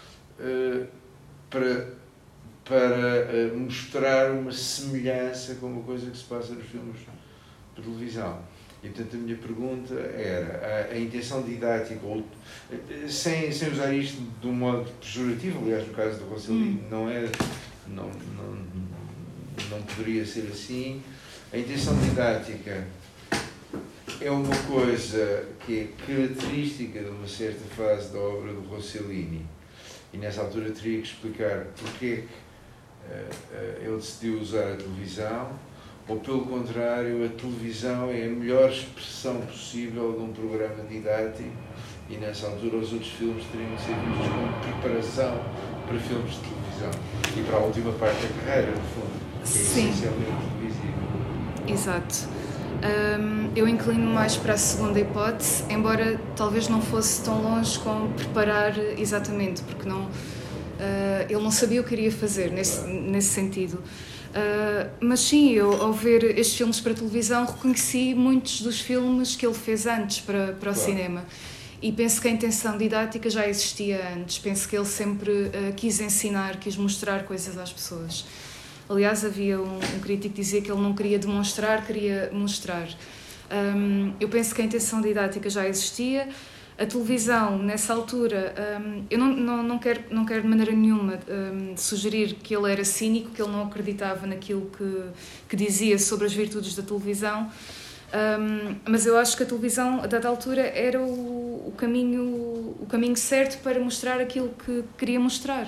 para mostrar uma semelhança com uma coisa que se passa nos filmes de televisão. E, portanto, a minha pergunta era a intenção didática, sem usar isto de um modo pejorativo, aliás, no caso do Rossellini não poderia ser assim, a intenção didática é uma coisa que é característica de uma certa fase da obra do Rossellini, e nessa altura teria que explicar porque ele decidiu usar a televisão, ou pelo contrário, a televisão é a melhor expressão possível de um programa didático e nessa altura os outros filmes teriam que ser vistos como preparação para filmes de televisão e para a última parte da carreira, no fundo, que é essencialmente televisiva. Exato. Eu inclino mais para a segunda hipótese, embora talvez não fosse tão longe como preparar exatamente, porque ele não sabia o que iria fazer nesse sentido. Mas sim, eu ao ver estes filmes para televisão reconheci muitos dos filmes que ele fez antes para o cinema e penso que a intenção didática já existia antes, penso que ele sempre quis ensinar, quis mostrar coisas às pessoas. Aliás, havia um crítico que dizia que ele não queria demonstrar, queria mostrar. Eu penso que a intenção didática já existia. A televisão, nessa altura, eu não quero de maneira nenhuma sugerir que ele era cínico, que ele não acreditava naquilo que dizia sobre as virtudes da televisão, mas eu acho que a televisão, a dada altura, era o caminho certo para mostrar aquilo que queria mostrar.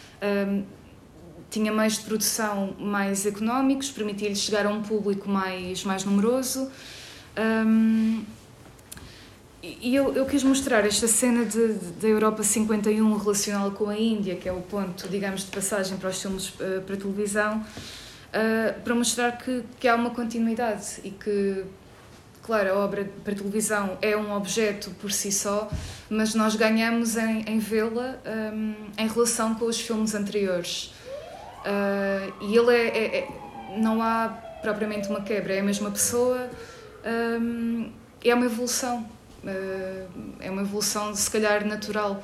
Tinha meios de produção mais económicos, permitia-lhe chegar a um público mais numeroso. E eu quis mostrar esta cena da Europa 51 relacionada com a Índia, que é o ponto, digamos, de passagem para os filmes para televisão, para mostrar que há uma continuidade e que, claro, a obra para televisão é um objeto por si só, mas nós ganhamos em vê-la em relação com os filmes anteriores. E ele não há propriamente uma quebra, é a mesma pessoa, é uma evolução. É uma evolução, se calhar, natural.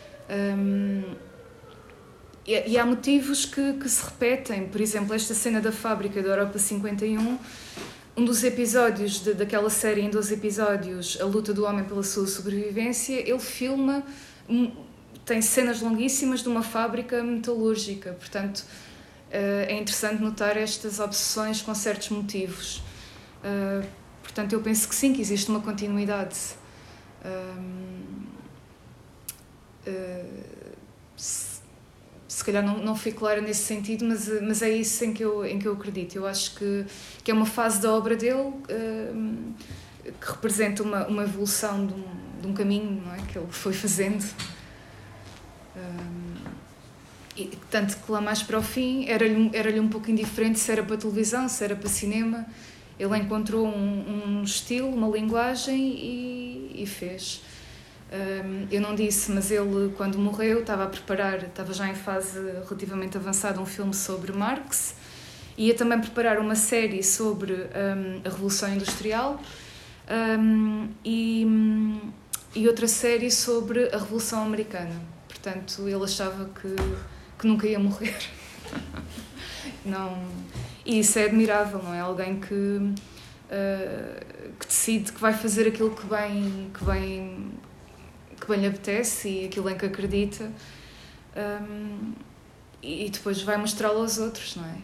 E há motivos que se repetem. Por exemplo, esta cena da fábrica da Europa 51, um dos episódios daquela série, em 12 episódios, a luta do homem pela sua sobrevivência, ele filma, tem cenas longuíssimas de uma fábrica metalúrgica. Portanto, é interessante notar estas obsessões com certos motivos. Portanto, eu penso que sim, que existe uma continuidade. Se calhar não fui clara nesse sentido, mas é isso em que eu acredito. Eu acho que é uma fase da obra dele que representa uma evolução de um caminho, não é? Que ele foi fazendo. E tanto que lá mais para o fim era-lhe um pouco indiferente se era para televisão, se era para cinema. Ele encontrou um estilo, uma linguagem e fez. Eu não disse, mas ele, quando morreu, estava já em fase relativamente avançada, um filme sobre Marx. Ia também preparar uma série sobre a Revolução Industrial e outra série sobre a Revolução Americana. Portanto, ele achava que nunca ia morrer. Não... E isso é admirável, não é? Alguém que decide que vai fazer aquilo que bem lhe apetece e aquilo em que acredita, e depois vai mostrá-lo aos outros, não é?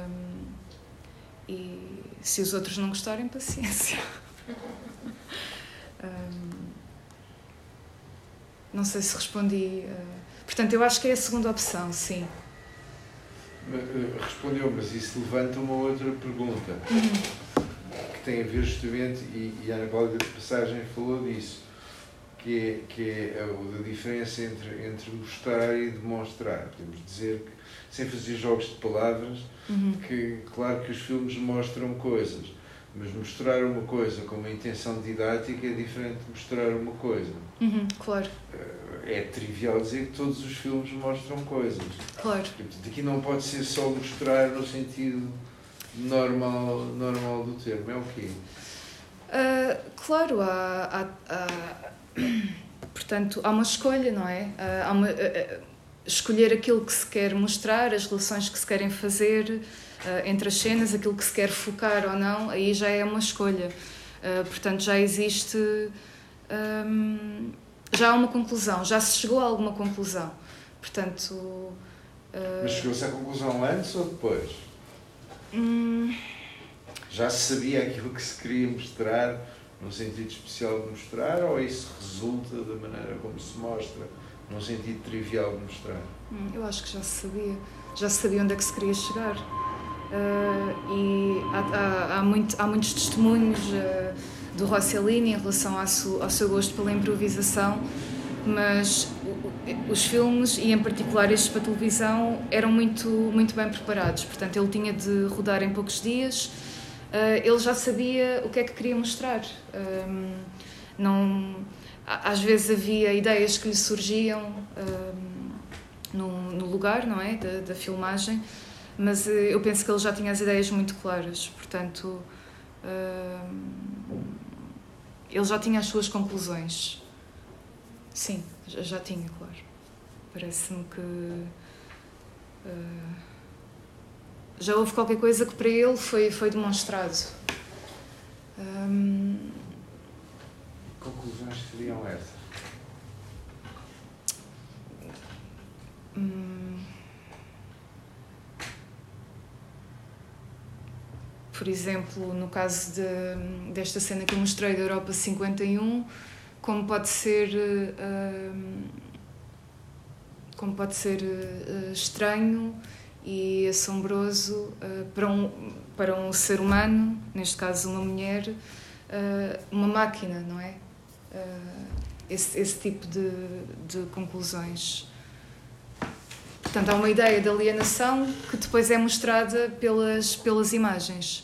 E se os outros não gostarem, paciência. Não sei se respondi. Portanto, eu acho que é a segunda opção, sim. Respondeu, mas isso levanta uma outra pergunta que tem a ver justamente, e a Ana Cláudia de passagem falou disso, que é a diferença entre mostrar e demonstrar. Podemos dizer que, sem fazer jogos de palavras, que claro que os filmes mostram coisas, mas mostrar uma coisa com uma intenção didática é diferente de mostrar uma coisa. Claro. É trivial dizer que todos os filmes mostram coisas. Claro. Aqui não pode ser só mostrar no sentido normal do termo. É o quê? Claro, portanto, há uma escolha, não é? Escolher aquilo que se quer mostrar, as relações que se querem fazer entre as cenas, aquilo que se quer focar ou não, aí já é uma escolha. Portanto, já existe... já há uma conclusão, já se chegou a alguma conclusão. Portanto... Mas chegou-se à conclusão antes ou depois? Já se sabia aquilo que se queria mostrar, num sentido especial de mostrar, ou isso resulta da maneira como se mostra, num sentido trivial de mostrar? Eu acho que já se sabia onde é que se queria chegar. E há muitos testemunhos do Rossellini em relação ao seu gosto pela improvisação, mas os filmes, e em particular estes para televisão, eram muito, muito bem preparados. Portanto, ele tinha de rodar em poucos dias. Ele já sabia o que é que queria mostrar. Às vezes havia ideias que lhe surgiam no lugar, não é, da filmagem, mas eu penso que ele já tinha as ideias muito claras. Portanto, ele já tinha as suas conclusões. Sim, já tinha, claro. Parece-me que já houve qualquer coisa que para ele foi demonstrado. Conclusões seriam essas? Por exemplo, no caso desta cena que eu mostrei da Europa 51, como pode ser estranho e assombroso para um ser humano, neste caso uma mulher, uma máquina, não é? esse tipo de conclusões. Portanto, há uma ideia de alienação que depois é mostrada pelas imagens.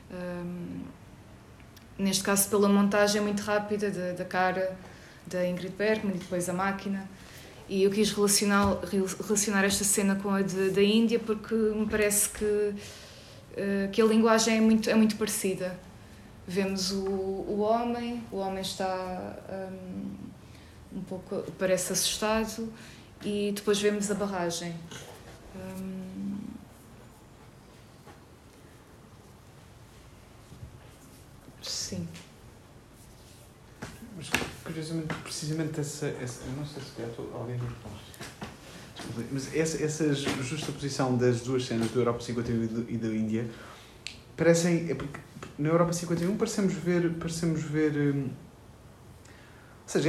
Neste caso, pela montagem muito rápida da cara da Ingrid Bergman e depois a máquina. E eu quis relacionar esta cena com a da Índia porque me parece que a linguagem é muito parecida. Vemos o homem está um pouco, parece assustado, e depois vemos a barragem. Sim. Mas, curiosamente, precisamente essa eu não sei se alguém me desculpe, mas essa justaposição das duas cenas da Europa 51 e da Índia parecem, porque na Europa 51 parecemos ver ou seja,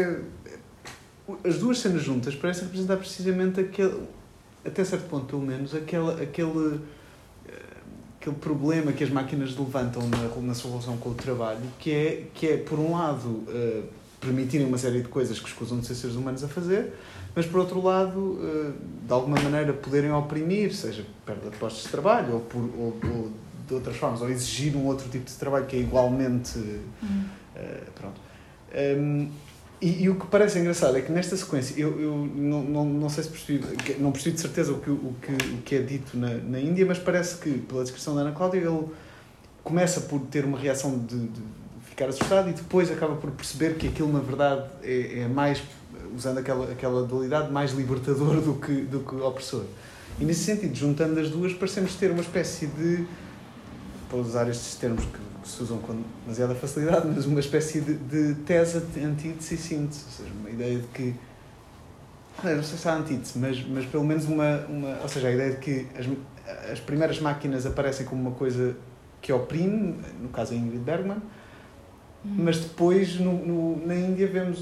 as duas cenas juntas parecem representar precisamente até certo ponto pelo menos, aquele problema que as máquinas levantam na sua relação com o trabalho, que é por um lado, permitirem uma série de coisas que escusam de ser seres humanos a fazer, mas por outro lado, de alguma maneira poderem oprimir, seja perda de postos de trabalho ou de outras formas, ou exigir um outro tipo de trabalho que é igualmente... pronto. E o que parece engraçado é que nesta sequência, eu não sei se percebi, não percebi de certeza o que é dito na Índia, mas parece que, pela descrição da Ana Cláudia, ele começa por ter uma reação de ficar assustado e depois acaba por perceber que aquilo, na verdade, é mais, usando aquela dualidade, mais libertador do que opressor. E nesse sentido, juntando as duas, parecemos ter uma espécie de, para usar estes termos que se usam com demasiada facilidade, mas uma espécie de tese, antítese e síntese, ou seja, uma ideia de que, não sei se há antítese, mas pelo menos ou seja, a ideia de que as primeiras máquinas aparecem como uma coisa que oprime, no caso a Ingrid Bergman, mas depois na Índia vemos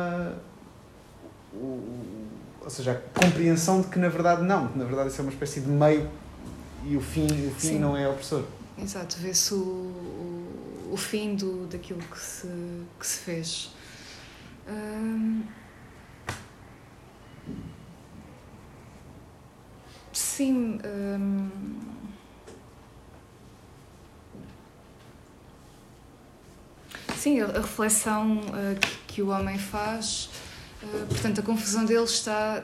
ou seja, a compreensão de que na verdade isso é uma espécie de meio e o fim não é opressor. Exato, vê-se o fim daquilo que se fez. Sim. Sim, a reflexão que o homem faz, portanto, a confusão dele está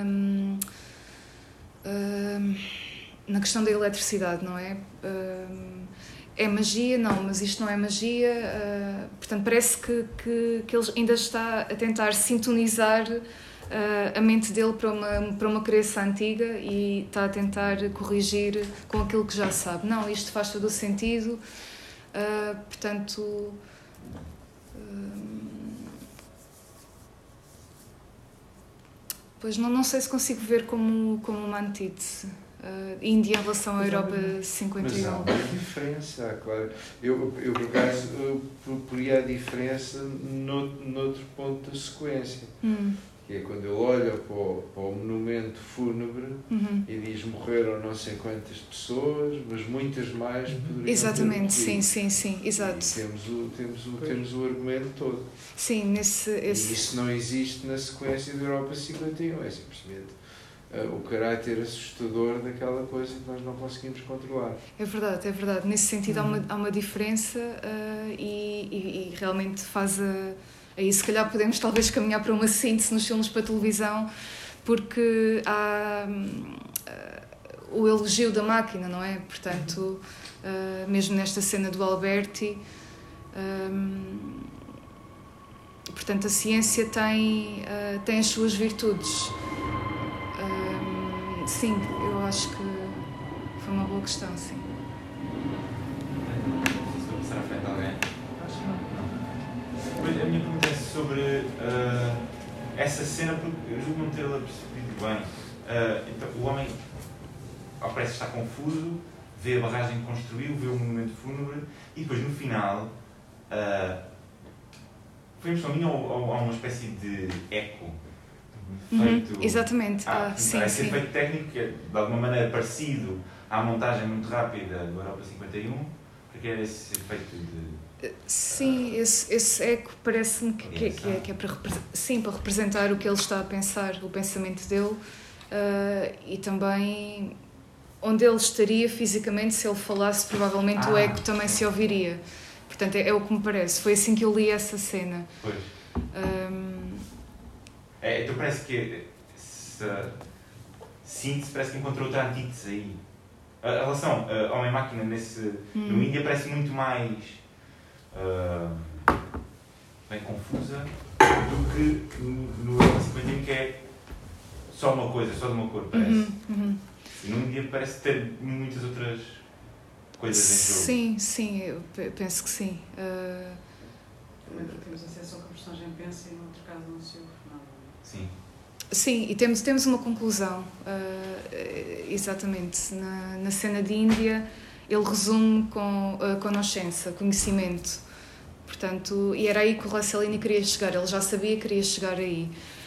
na questão da eletricidade, não é? É magia? Não, mas isto não é magia. Portanto, parece que ele ainda está a tentar sintonizar a mente dele para uma crença antiga e está a tentar corrigir com aquilo que já sabe. Não, isto faz todo o sentido. Portanto... pois não sei se consigo ver como uma antítese. Índia em relação à Europa 51. Mas há uma diferença, claro. Eu por acaso, proporia a diferença noutro ponto da sequência. Que é quando ele olha para o monumento fúnebre e diz morreram não sei quantas pessoas, mas muitas mais poderiam. Exatamente, sim, exato. E temos o argumento todo. Sim, E isso não existe na sequência da Europa 51, é simplesmente o caráter assustador daquela coisa que nós não conseguimos controlar. É verdade. Nesse sentido há uma diferença e realmente faz aí se calhar podemos talvez caminhar para uma síntese nos filmes para televisão, porque há o elogio da máquina, não é? Portanto, mesmo nesta cena do Alberti, portanto a ciência tem as suas virtudes. Sim, eu acho que foi uma boa questão, sim. Estou a passar à frente a alguém? Acho que não. A minha pergunta é sobre essa cena, porque eu julgo não tê-la percebido bem. Então, o homem, ao parece estar confuso, vê a barragem que construiu, vê o monumento fúnebre e depois, no final, foi a impressão minha ou há uma espécie de eco? Feito, exatamente. Esse efeito técnico que é de alguma maneira parecido à montagem muito rápida do Europa 51, porque era esse efeito de... Sim, esse eco parece-me que é para, para representar o que ele está a pensar, o pensamento dele, e também onde ele estaria fisicamente se ele falasse, provavelmente o eco também se ouviria. Portanto, é o que me parece. Foi assim que eu li essa cena. Pois. Então parece que síntese parece que encontrou outra antítese aí. A relação homem-máquina no Índia parece muito mais bem confusa do que no Europa 51, que é só uma coisa, só de uma cor, parece. E no Índia parece ter muitas outras coisas em jogo. Sim, eu penso que sim. Também temos acesso ao que a personagem pensa e no outro caso não se ouve nada. Sim. Sim, e temos uma conclusão, exatamente. Na cena de Índia, ele resume com consciência, conhecimento. Portanto, e era aí que o Rossellini queria chegar, ele já sabia que queria chegar aí.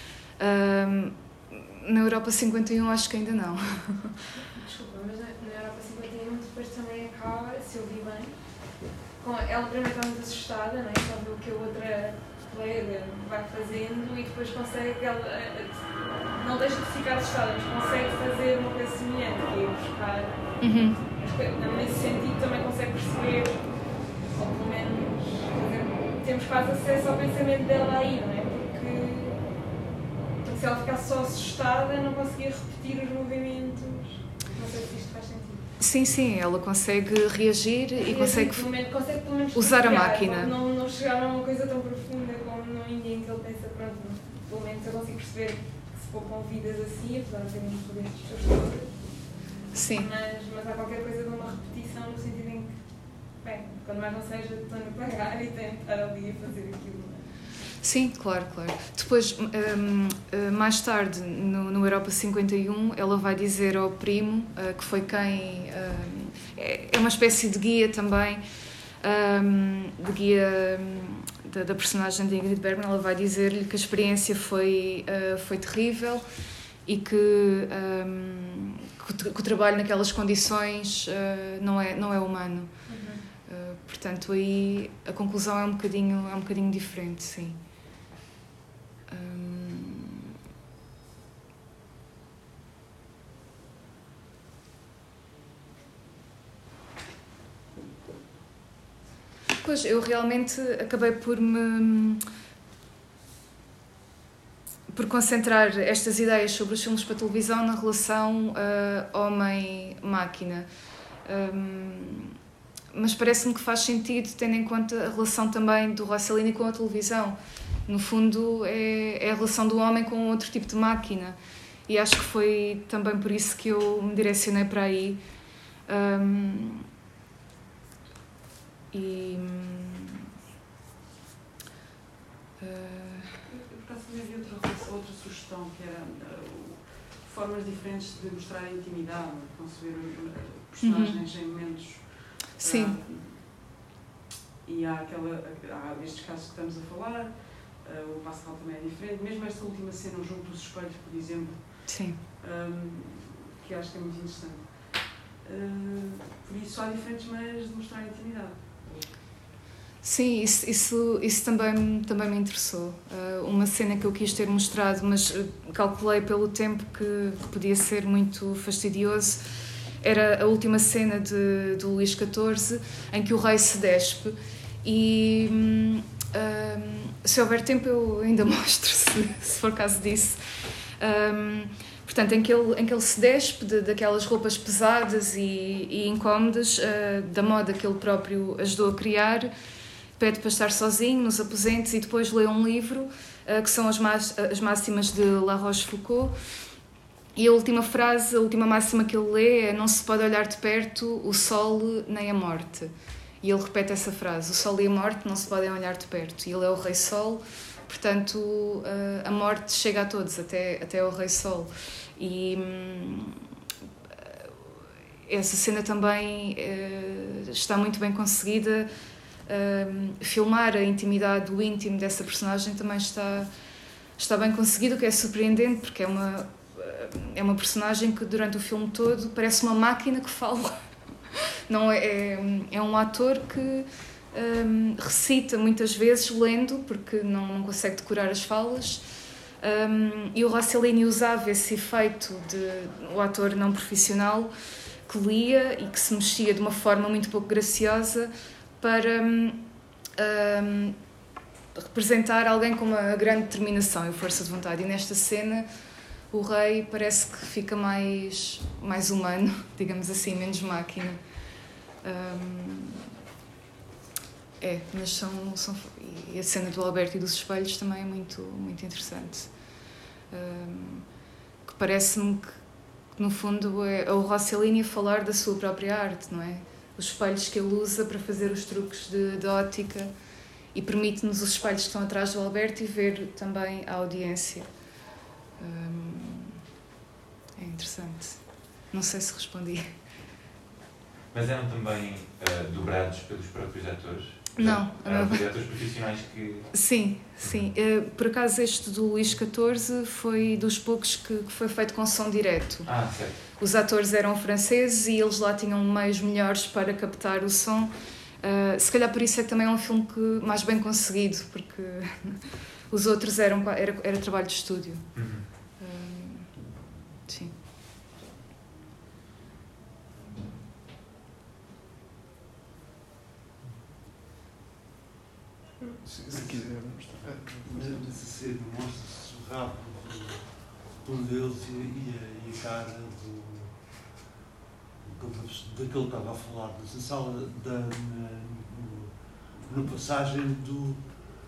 Na Europa 51 acho que ainda não. Desculpa, mas na Europa 51 depois também acaba, se eu vi bem, com ela primeiro está muito assustada, não é? Só vê o que a outra colega vai fazendo e depois consegue, ela não deixa de ficar assustada, mas consegue fazer uma coisa semelhante, que é buscar, nesse sentido também consegue perceber, ou pelo menos temos quase acesso ao pensamento dela aí, não é? Porque se ela ficasse só assustada não conseguia repetir os movimentos. Não sei se isto faz sentido. Sim, ela consegue reagir e consegue pelo menos usar a máquina. Não chegar a uma coisa tão profunda como no Índia, em que ele pensa, pronto, pelo menos eu consigo perceber que se poupam vidas assim, apesar de terem poderes destruidores. Sim. Mas há qualquer coisa de uma repetição no sentido em que, bem, quando mais não seja, estou a pagar e tenho que estar ali a fazer aquilo. Sim, claro. Depois, mais tarde, no Europa 51, ela vai dizer ao primo, que foi quem... é uma espécie de guia também, de guia da personagem de Ingrid Bergman. Ela vai dizer-lhe que a experiência foi terrível e que o trabalho naquelas condições não é humano. Portanto, aí a conclusão é um bocadinho diferente, sim. Pois, eu realmente acabei por concentrar estas ideias sobre os filmes para televisão na relação homem-máquina. Mas parece-me que faz sentido, tendo em conta a relação também do Rossellini com a televisão. No fundo, é a relação do homem com outro tipo de máquina. E acho que foi também por isso que eu me direcionei para aí. Por acaso também havia outra sugestão, que era formas diferentes de mostrar a intimidade, de conceber personagens em momentos. Sim. E há estes casos que estamos a falar, o Pascal também é diferente, mesmo esta última cena junto dos espelhos, por exemplo. Sim. Que acho que é muito interessante. Por isso há diferentes maneiras de mostrar a intimidade. Sim, isso também me interessou. Uma cena que eu quis ter mostrado, mas calculei pelo tempo que podia ser muito fastidioso, era a última cena do Luís XIV, em que o rei se despe e se houver tempo eu ainda mostro, se for caso disso. Portanto, em que ele se despe daquelas roupas pesadas e incómodas, da moda que ele próprio ajudou a criar, pede para estar sozinho nos aposentos e depois lê um livro, que são as máximas de La Rochefoucauld. E a última frase, a última máxima que ele lê é: não se pode olhar de perto o sol nem a morte. E ele repete essa frase: o sol e a morte não se podem olhar de perto. E ele é o Rei Sol, portanto a morte chega a todos, até ao Rei Sol. E essa cena também está muito bem conseguida. Filmar a intimidade, o íntimo dessa personagem também está bem conseguido, o que é surpreendente, porque é uma personagem que durante o filme todo parece uma máquina que fala. Não é um ator que recita muitas vezes lendo, porque não consegue decorar as falas. E o Rossellini usava esse efeito de o ator não profissional que lia e que se mexia de uma forma muito pouco graciosa para representar alguém com uma grande determinação e força de vontade. E nesta cena o rei parece que fica mais humano, digamos assim, menos máquina. Mas e a cena do Alberto e dos espelhos também é muito, muito interessante. Que parece-me que no fundo é o Rossellini a falar da sua própria arte, não é? Os espelhos que ele usa para fazer os truques de ótica, e permite-nos os espelhos que estão atrás do Alberto e ver também a audiência. É interessante. Não sei se respondi. Mas eram também dobrados pelos próprios atores? Não. Eram atores profissionais que... Sim. Por acaso este do Luís XIV foi dos poucos que foi feito com som direto. Certo. Os atores eram franceses e eles lá tinham meios melhores para captar o som. Se calhar por isso é que também é um filme mais bem conseguido, porque os outros era trabalho de estúdio. Sim. Se quiser mostrar. Mas essa cena mostra-se o rabo de um deles e a cara daquele que estava a falar, na sala, na passagem do...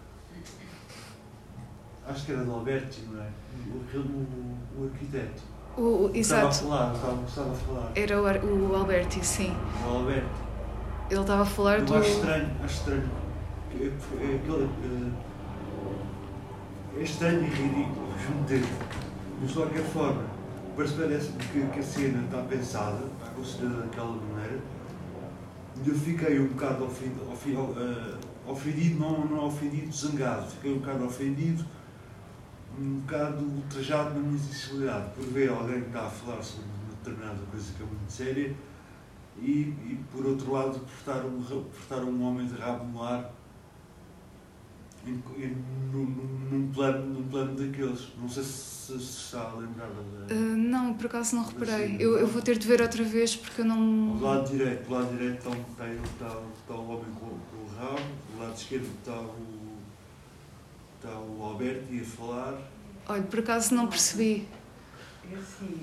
Acho que era do Alberti, não é? O arquiteto. Exato. Estava a falar. Era o Alberti, sim. O Alberti. Ele estava a falar do... Acho estranho. É estranho e ridículo junto dele. Mas de qualquer forma, parece-me que a cena está pensada, está construída daquela maneira. E eu fiquei um bocado ofendido, não ofendido, zangado. Fiquei um bocado ofendido, um bocado ultrajado na minha sensibilidade, por ver alguém que está a falar sobre uma determinada coisa que é muito séria e por outro lado, por estar um homem de rabo no ar num plano daqueles. Não sei se está a lembrar. Não, por acaso não reparei. Eu vou ter de ver outra vez porque eu não... Do lado direito está o homem com o rabo, do lado esquerdo está o Alberto a falar. Olha, por acaso não percebi. É assim.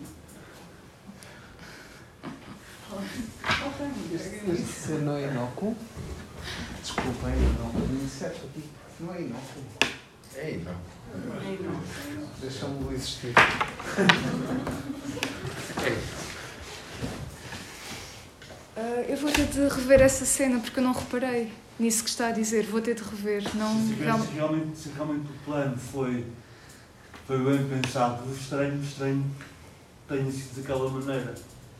Este não é inócuo? Desculpem, não certo aqui. Não é inócuo. É inócuo. Deixa-me existir. Eu vou ter de rever essa cena porque eu não reparei nisso que está a dizer. Vou ter de rever. Não, se realmente o plano foi bem pensado, o estranho tenha sido daquela maneira.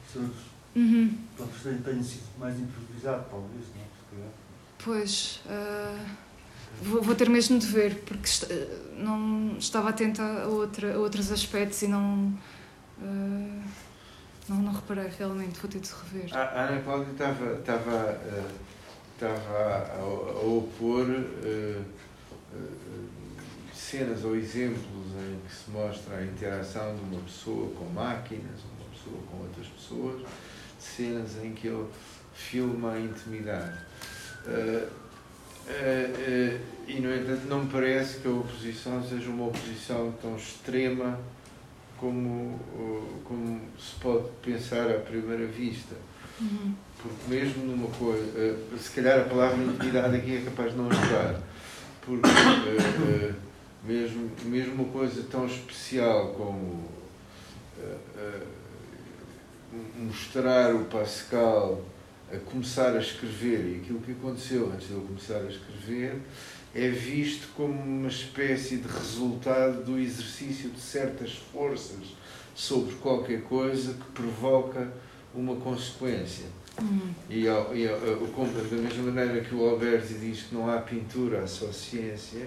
O estranho tenha sido mais improvisado, talvez, não é? Pois, vou ter mesmo de ver, porque não estava atenta a outros aspectos e não reparei realmente, vou ter de rever. A Ana Cláudia estava a opor cenas ou exemplos em que se mostra a interação de uma pessoa com máquinas, uma pessoa com outras pessoas, cenas em que ele filma a intimidade. E, no entanto, não me parece que a oposição seja uma oposição tão extrema como se pode pensar à primeira vista. Porque mesmo numa coisa... se calhar a palavra intimidade aqui é capaz de não ajudar. Porque mesmo uma coisa tão especial como mostrar o Pascal a começar a escrever, e aquilo que aconteceu antes de ele começar a escrever é visto como uma espécie de resultado do exercício de certas forças sobre qualquer coisa que provoca uma consequência. Da mesma maneira que o Alberti diz que não há pintura, há só ciência,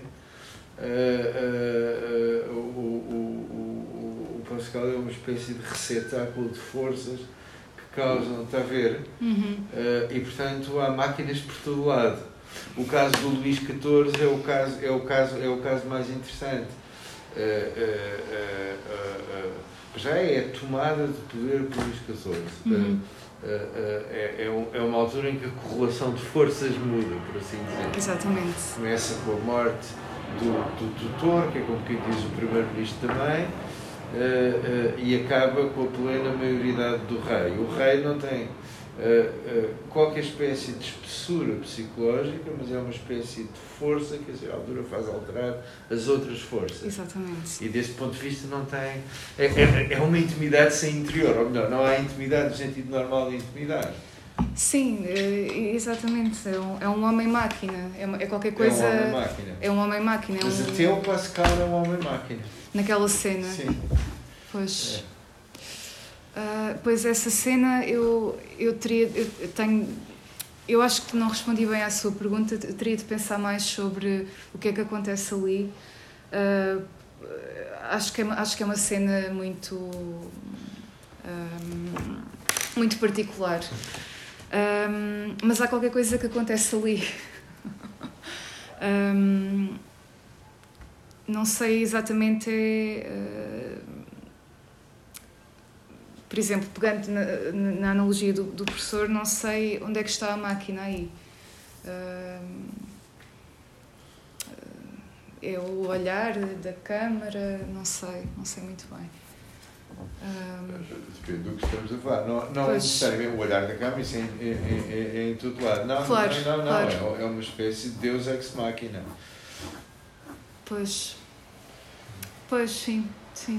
o Pascal é uma espécie de receptáculo de forças que causam, está a ver? E portanto há máquinas por todo lado. O caso do Luís XIV é o caso mais interessante. Já é a tomada de poder por Luís XIV. É uma altura em que a correlação de forças muda, por assim dizer. Exatamente. Começa com a morte do tutor, que é como quem diz o primeiro-ministro também, e acaba com a plena maioridade do rei. O rei não tem qualquer espécie de espessura psicológica, mas é uma espécie de força que a certa altura faz alterar as outras forças. Exatamente. E desse ponto de vista não tem... É uma intimidade sem interior, ou melhor, não há intimidade no sentido normal de intimidade. Sim, exatamente. É um homem-máquina. É qualquer coisa... É um homem-máquina. É um homem-máquina. Mas até o Pascal é um homem-máquina. Naquela cena. Sim. Pois... pois essa cena eu acho que não respondi bem à sua pergunta. Eu teria de pensar mais sobre o que é que acontece ali. Acho que é uma cena muito particular, mas há qualquer coisa que acontece ali. Não sei exatamente. Por exemplo, pegando na analogia do professor, não sei onde é que está a máquina aí. É o olhar da câmara, não sei muito bem. Depende do que estamos a falar. Não necessariamente o olhar da câmara, isso é em todo lado. Não, claro, não. Claro. É uma espécie de Deus ex machina. Pois, sim.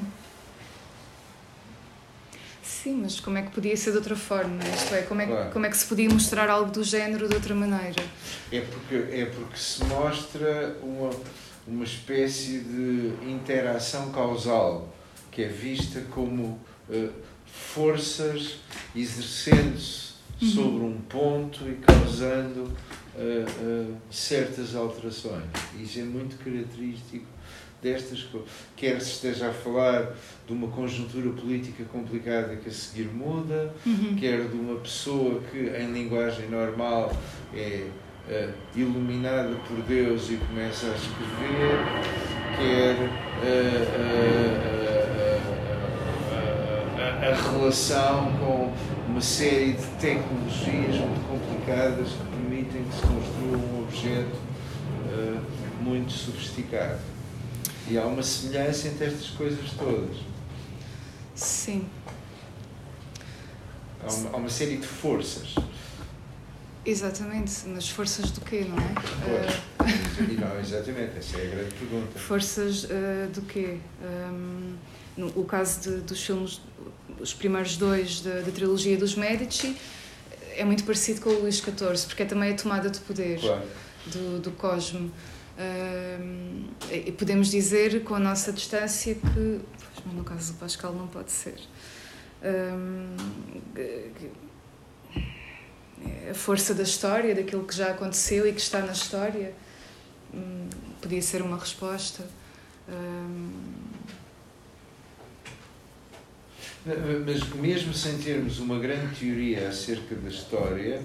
Sim, mas como é que podia ser de outra forma? Isto é, como é que se podia mostrar algo do género de outra maneira? É porque se mostra uma espécie de interação causal, que é vista como forças exercendo-se sobre um ponto e causando certas alterações. Isso é muito característico destas coisas. Quer se esteja a falar de uma conjuntura política complicada que a seguir muda, quer de uma pessoa que em linguagem normal é iluminada por Deus e começa a escrever, quer a relação com uma série de tecnologias muito complicadas que permitem que se construa um objeto muito sofisticado. E há uma semelhança entre estas coisas todas. Sim. Há uma série de forças. Mas forças do quê, não é? Não, exatamente, essa é a grande pergunta. Forças do quê? O caso dos filmes, os primeiros dois da trilogia dos Medici, é muito parecido com o Luís XIV, porque é também a tomada de poder do Cosmo. E podemos dizer, com a nossa distância, que mas no caso do Pascal não pode ser. A força da história, daquilo que já aconteceu e que está na história, podia ser uma resposta. Mas mesmo sem termos uma grande teoria acerca da história,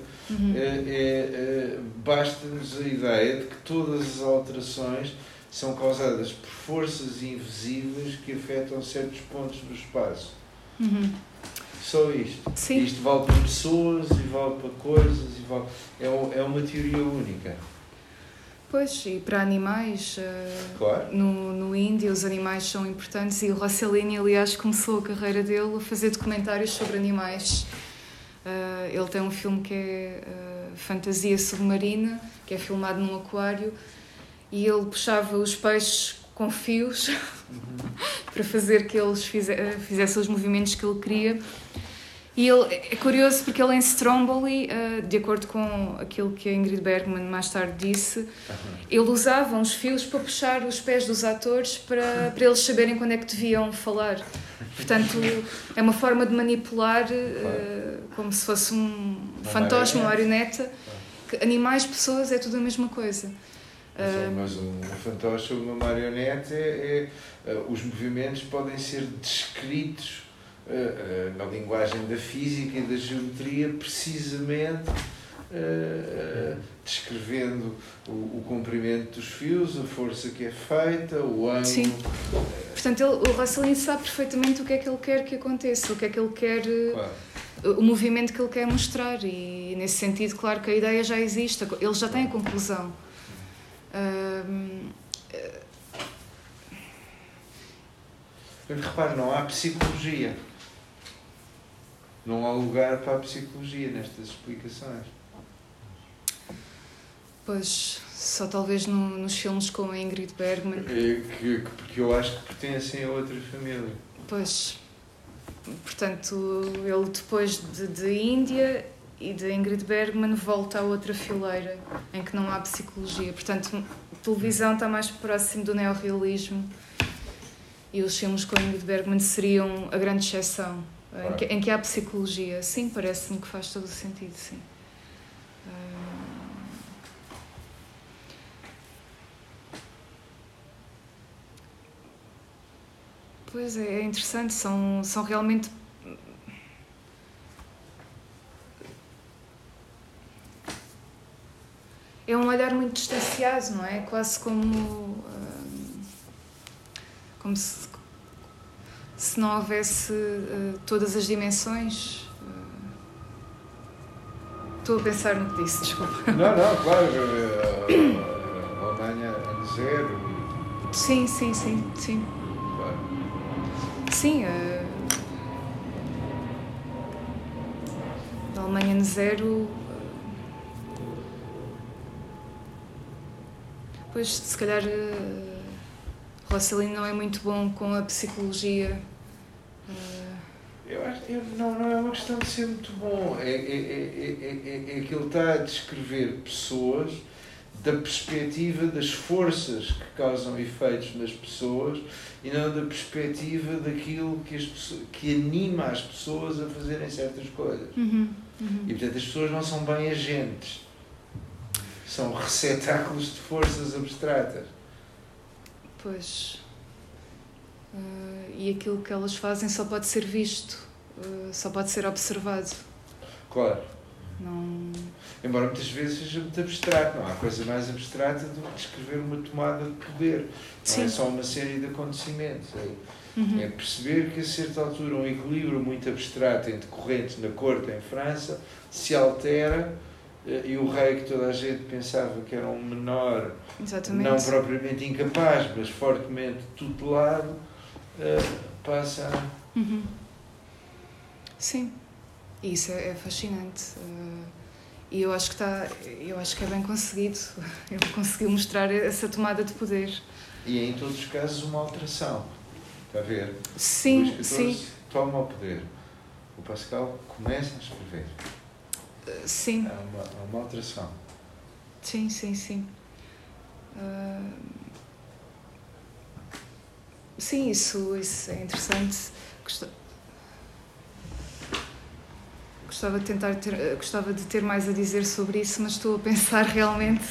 basta-nos a ideia de que todas as alterações são causadas por forças invisíveis que afetam certos pontos do espaço. Só isto. Sim. Isto vale para pessoas e vale para coisas. É uma teoria única. Pois, e para animais, claro. No Índia os animais são importantes, e o Rossellini, aliás, começou a carreira dele a fazer documentários sobre animais. Ele tem um filme que é Fantasia Submarina, que é filmado num aquário, e ele puxava os peixes com fios para fazer que eles fizessem os movimentos que ele queria. E ele, é curioso porque ele em Stromboli, de acordo com aquilo que a Ingrid Bergman mais tarde disse, ele usava uns fios para puxar os pés dos atores para eles saberem quando é que deviam falar. Portanto, é uma forma de manipular, como se fosse um fantoche, uma marioneta. Que animais, pessoas, é tudo a mesma coisa. Mas um fantoche ou uma marioneta, os movimentos podem ser descritos na linguagem da física e da geometria precisamente descrevendo o comprimento dos fios, a força que é feita, o ângulo. Sim. Portanto, o Rossellini sabe perfeitamente o que é que ele quer que aconteça, o que é que ele quer, o movimento que ele quer mostrar, e nesse sentido, claro que a ideia já existe, ele já tem a conclusão. Repare, não há psicologia. Não há lugar para a psicologia nestas explicações. Pois, só talvez nos filmes com a Ingrid Bergman. Porque eu acho que pertencem a outra família. Pois, portanto, ele depois de Índia e de Ingrid Bergman volta a outra fileira em que não há psicologia. Portanto, a televisão está mais próximo do neorrealismo e os filmes com a Ingrid Bergman seriam a grande exceção, em que há psicologia. Sim, parece-me que faz todo o sentido, sim. Pois é interessante, são realmente é um olhar muito distanciado, não é? Quase como se não houvesse todas as dimensões. Estou a pensar no que disse, desculpa. Não, claro. A Alemanha ano zero. Sim. Claro. Sim, a Alemanha ano zero. Pois, se calhar, Rossellini não é muito bom com a psicologia. Eu acho que não é uma questão de ser muito bom. É que ele está a descrever pessoas da perspectiva das forças que causam efeitos nas pessoas e não da perspectiva daquilo que anima as pessoas a fazerem certas coisas. E, portanto, as pessoas não são bem agentes. São receptáculos de forças abstratas. Pois. E aquilo que elas fazem só pode ser visto, só pode ser observado. Claro. Não... Embora muitas vezes seja muito abstrato. Não há coisa mais abstrata do que descrever uma tomada de poder. Não é só uma série de acontecimentos. É perceber que a certa altura um equilíbrio muito abstrato entre correntes na corte em França se altera. E o rei, que toda a gente pensava que era um menor, não propriamente incapaz, mas fortemente tutelado, passa a... Sim, isso é fascinante. E eu acho que é bem conseguido. Ele conseguiu mostrar essa tomada de poder. E é, em todos os casos, uma alteração. Está a ver? Sim. Toma o poder. O Pascal começa a escrever. Sim. É uma alteração. Sim. Sim, isso é interessante. Gostava de ter mais a dizer sobre isso, mas estou a pensar realmente.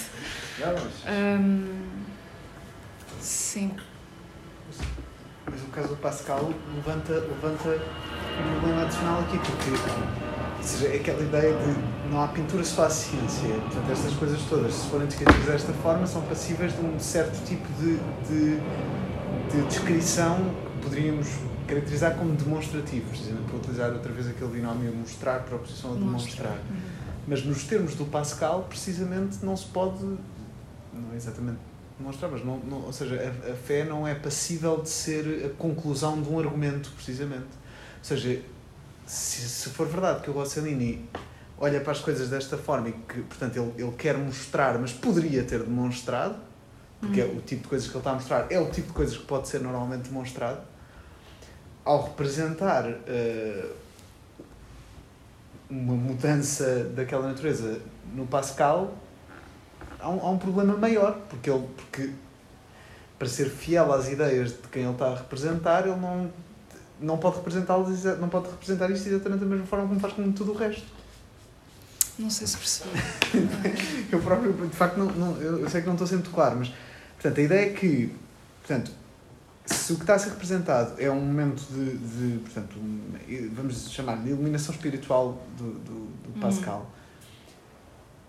Sim. Mas o caso do Pascal levanta um problema adicional aqui, porque ou seja, aquela ideia de não há pintura se faz ciência. Portanto, estas coisas todas, se forem descritas desta forma, são passíveis de um certo tipo de descrição que poderíamos caracterizar como demonstrativos, para utilizar outra vez aquele binómio mostrar para a oposição a demonstrar. Mas nos termos do Pascal, precisamente, não se pode, não é exatamente demonstrar, mas ou seja, a fé não é passível de ser a conclusão de um argumento, precisamente. Ou seja, se for verdade que o Rossellini olha para as coisas desta forma e que, portanto, ele quer mostrar, mas poderia ter demonstrado, porque é o tipo de coisas que ele está a mostrar é o tipo de coisas que pode ser normalmente demonstrado, ao representar uma mudança daquela natureza no Pascal, há um problema maior, porque para ser fiel às ideias de quem ele está a representar, ele não pode representar isto exatamente da mesma forma como faz com tudo o resto. Não sei se percebi. Eu próprio, de facto, eu sei que não estou sempre claro, mas, portanto, a ideia é que, portanto, se o que está a ser representado é um momento de portanto, vamos chamar de iluminação espiritual do Pascal,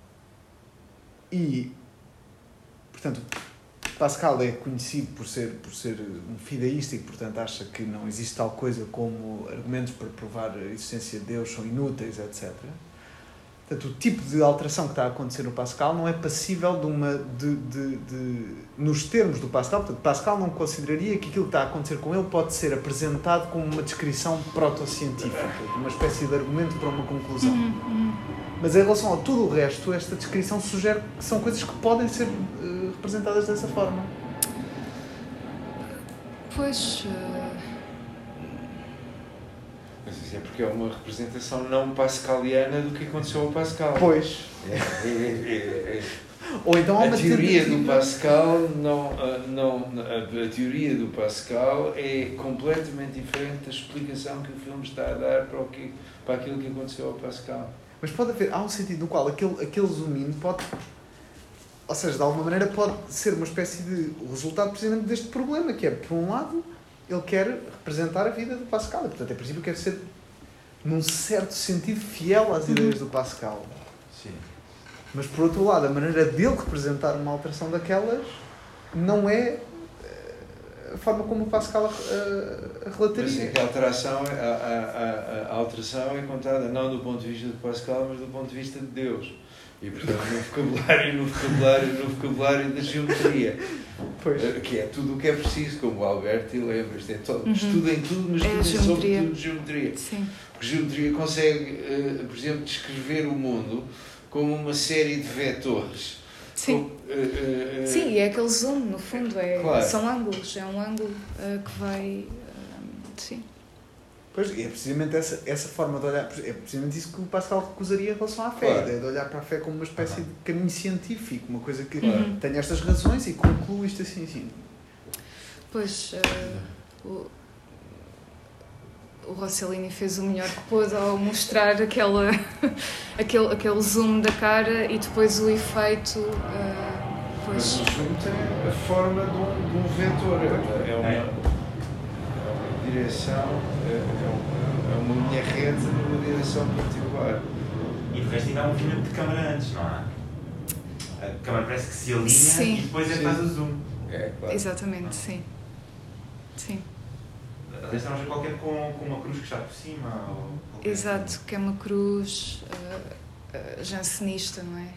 E, portanto, Pascal é conhecido por ser um fideísta e, portanto, acha que não existe tal coisa como argumentos para provar a existência de Deus são inúteis, etc. Portanto, o tipo de alteração que está a acontecer no Pascal não é passível nos termos do Pascal. Portanto, Pascal não consideraria que aquilo que está a acontecer com ele pode ser apresentado como uma descrição protocientífica, uma espécie de argumento para uma conclusão. Mas em relação a tudo o resto, esta descrição sugere que são coisas que podem ser representadas dessa forma. Pois... É porque é uma representação não pascaliana do que aconteceu ao Pascal. Pois. Ou então há uma teoria do Pascal a teoria do Pascal é completamente diferente da explicação que o filme está a dar para aquilo que aconteceu ao Pascal. Mas pode haver, há um sentido no qual aquele zoom in pode, ou seja, de alguma maneira pode ser uma espécie de resultado precisamente deste problema, que é, por um lado, ele quer representar a vida do Pascal, e, portanto, em princípio quer ser, num certo sentido, fiel às ideias do Pascal. Sim. Mas, por outro lado, a maneira dele representar uma alteração daquelas não é a forma como o Pascal a relataria. Mas a alteração é contada não do ponto de vista do Pascal, mas do ponto de vista de Deus. E, portanto, no vocabulário da geometria. Pois. Que é tudo o que é preciso, como o Alberto lembra. Isto é todo, estudem tudo, mas estudem sobretudo geometria. Sim. Porque geometria consegue, por exemplo, descrever o mundo como uma série de vetores. Sim. Sim, e é aquele zoom, no fundo, claro. São ângulos, é um ângulo que vai... sim. Pois, e é precisamente essa forma de olhar, é precisamente isso que o Pascal recusaria em relação à fé, claro. A ideia de olhar para a fé como uma espécie de caminho científico, uma coisa que tem estas razões e conclui isto assim. Pois, o Rossellini fez o melhor que pôde ao mostrar aquele zoom da cara e depois o efeito... Mas o zoom tem a forma de um vetor, é uma direção, é uma linha reta numa direção particular. E de resto ainda há um movimento de câmara antes, não é? A câmara parece que se alinha e depois faz o zoom. Claro. Exatamente, sim. Desta não seja qualquer com uma cruz que está por cima. Exato, que é uma cruz jansenista, não é?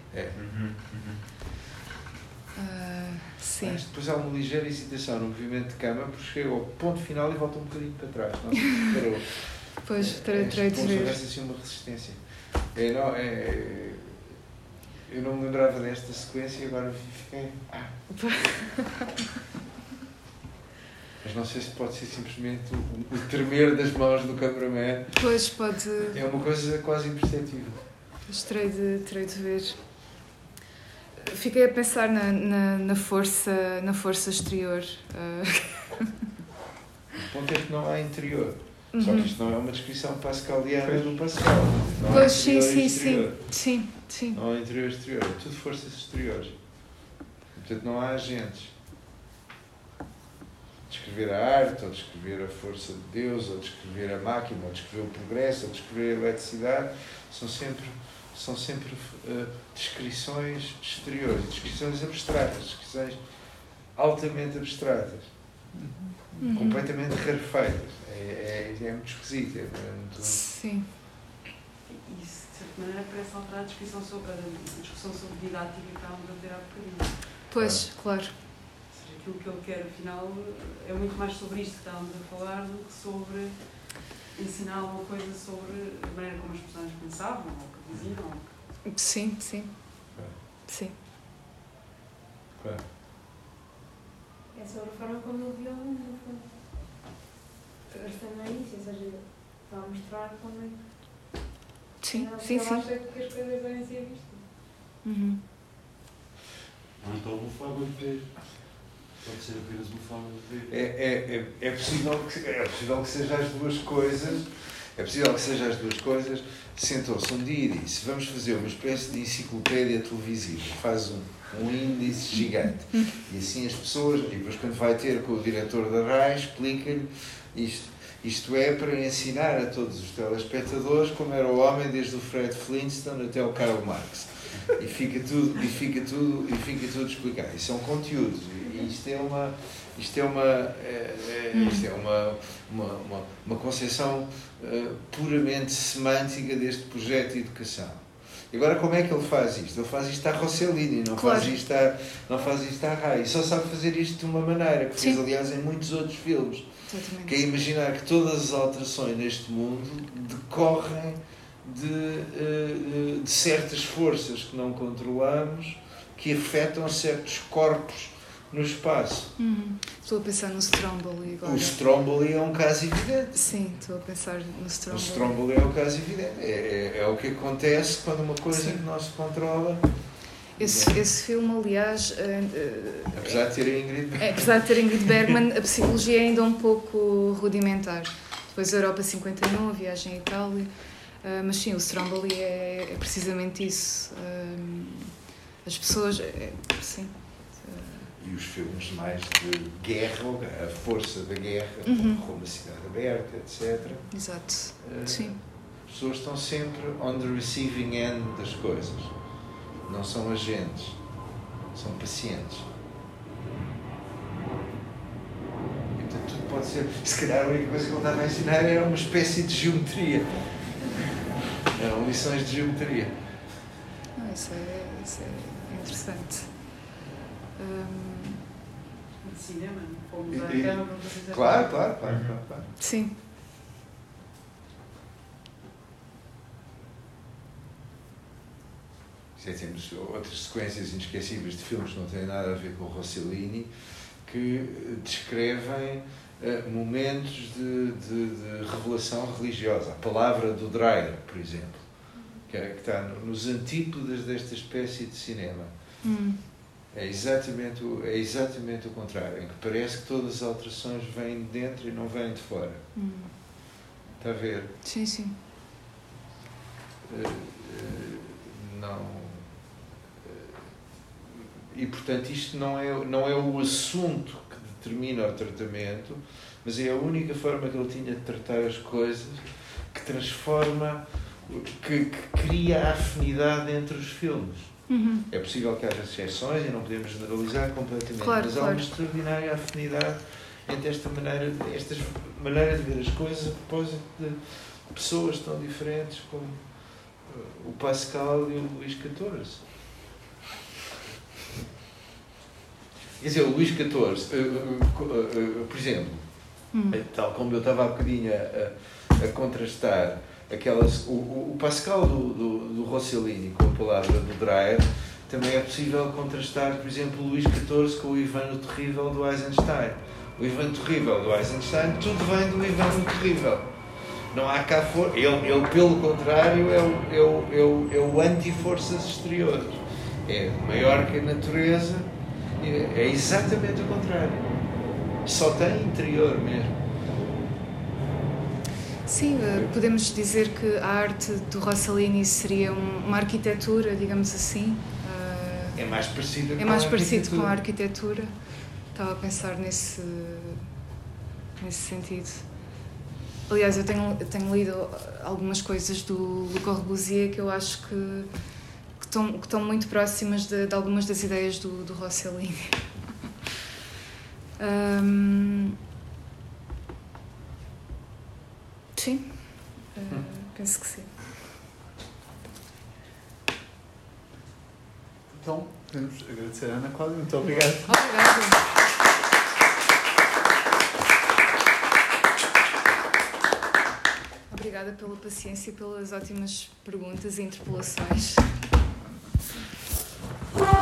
Sim. Mas depois há uma ligeira hesitação no movimento de câmara, porque chega ao ponto final e volta um bocadinho para trás. Não se parou. Pois, terei de ver. Parece assim uma resistência. Eu não me lembrava desta sequência e agora fiquei... Mas não sei se pode ser simplesmente o tremer das mãos do cameraman. Pois, pode... É uma coisa quase imperceptível. Mas terei de ver. Fiquei a pensar na força exterior. O ponto é que não há interior. Só que isto não é uma descrição pascaliana do Pascal. Não pois, há interior sim. Não há interior e exterior. É tudo forças exteriores. Portanto, não há agentes. Descrever a arte, ou descrever a força de Deus, ou descrever a máquina, ou descrever o progresso, ou descrever a eletricidade, são sempre descrições exteriores, descrições abstratas, descrições altamente abstratas, completamente rarefeitas. É muito esquisito. Sim. E isso, de certa maneira, parece alterar a discussão sobre didática que estávamos a ter há bocadinho. Pois, claro. Aquilo que ele quer, afinal, é muito mais sobre isto que estávamos a falar do que sobre ensinar alguma coisa sobre a maneira como as pessoas pensavam ou que diziam. Sim. Claro. É sobre a forma como ele viu o mundo, no fundo. Gastando é isso, ou seja, está a mostrar como é que... Sim. Eu acho que as coisas devem ser vistas. Então uma forma de ver. Pode ser apenas uma forma de ver. É possível que seja as duas coisas. É possível que seja as duas coisas. Sentou-se um dia e disse: vamos fazer uma espécie de enciclopédia televisiva. Faz um índice gigante. E assim as pessoas, e depois quando vai ter com o diretor da RAI, explica-lhe isto. Isto é para ensinar a todos os telespectadores como era o homem desde o Fred Flintstone até o Karl Marx. E fica tudo explicado. Isso é um conteúdo. E isto é uma concepção puramente semântica deste projeto de educação. E agora, como é que ele faz isto? Ele faz isto a Rossellini, não faz isto a Rai. E só sabe fazer isto de uma maneira, que fez, aliás, em muitos outros filmes. Exatamente. Que é imaginar que todas as alterações neste mundo decorrem de certas forças que não controlamos, que afetam certos corpos no espaço. Estou a pensar no Stromboli agora. O Stromboli é um caso evidente. Sim, estou a pensar no Stromboli. O Stromboli é um caso evidente. É o que acontece quando uma coisa que não se controla... Esse filme, aliás... apesar de ter Ingrid Bergman, a psicologia é ainda um pouco rudimentar. Depois a Europa 51, a viagem à Itália... mas sim, o Stromboli é precisamente isso. As pessoas... sim. E os filmes mais de guerra, a força da guerra, como a Cidade Aberta, etc. Exato. Sim. As pessoas estão sempre on the receiving end das coisas. Não são agentes, são pacientes. E, portanto, tudo pode ser... Se calhar a única coisa que ele estava a ensinar era uma espécie de geometria. Eram lições de geometria. Isso é interessante. De cinema, fomos à cama para fazer... Claro. Sim. Temos outras sequências inesquecíveis de filmes que não têm nada a ver com o Rossellini, que descrevem momentos de revelação religiosa. A palavra do Dreyer, por exemplo, que está nos antípodas desta espécie de cinema. É exatamente o contrário, em que parece que todas as alterações vêm de dentro e não vêm de fora. Está a ver? Sim. Não... E, portanto, isto não é o assunto que determina o tratamento, mas é a única forma que ele tinha de tratar as coisas que transforma, que cria a afinidade entre os filmes. É possível que haja exceções e não podemos generalizar completamente, mas há uma extraordinária afinidade entre esta maneira de ver as coisas a propósito de pessoas tão diferentes como o Pascal e o Luís XIV. Quer dizer, o Luís XIV, por exemplo, tal como eu estava há bocadinho a contrastar o Pascal do Rossellini com a palavra do Dreyer, também é possível contrastar, por exemplo, o Luís XIV com o Ivan o Terrível do Eisenstein. O Ivan Terrível do Eisenstein, tudo vem do Ivan o Terrível. Não há cá força. Ele, pelo contrário, é o anti-forças exteriores. É maior que a natureza. É exatamente o contrário. Só tem interior mesmo. Sim, podemos dizer que a arte do Rossellini seria uma arquitetura, digamos assim. É mais parecido com a arquitetura. Estava a pensar nesse sentido. Aliás, eu tenho lido algumas coisas do Le Corbusier que eu acho que estão muito próximas de algumas das ideias do Rossellini. Sim, penso que sim. Então, podemos agradecer a Ana Cláudia. Muito obrigado. Obrigada. Obrigada pela paciência e pelas ótimas perguntas e interpelações.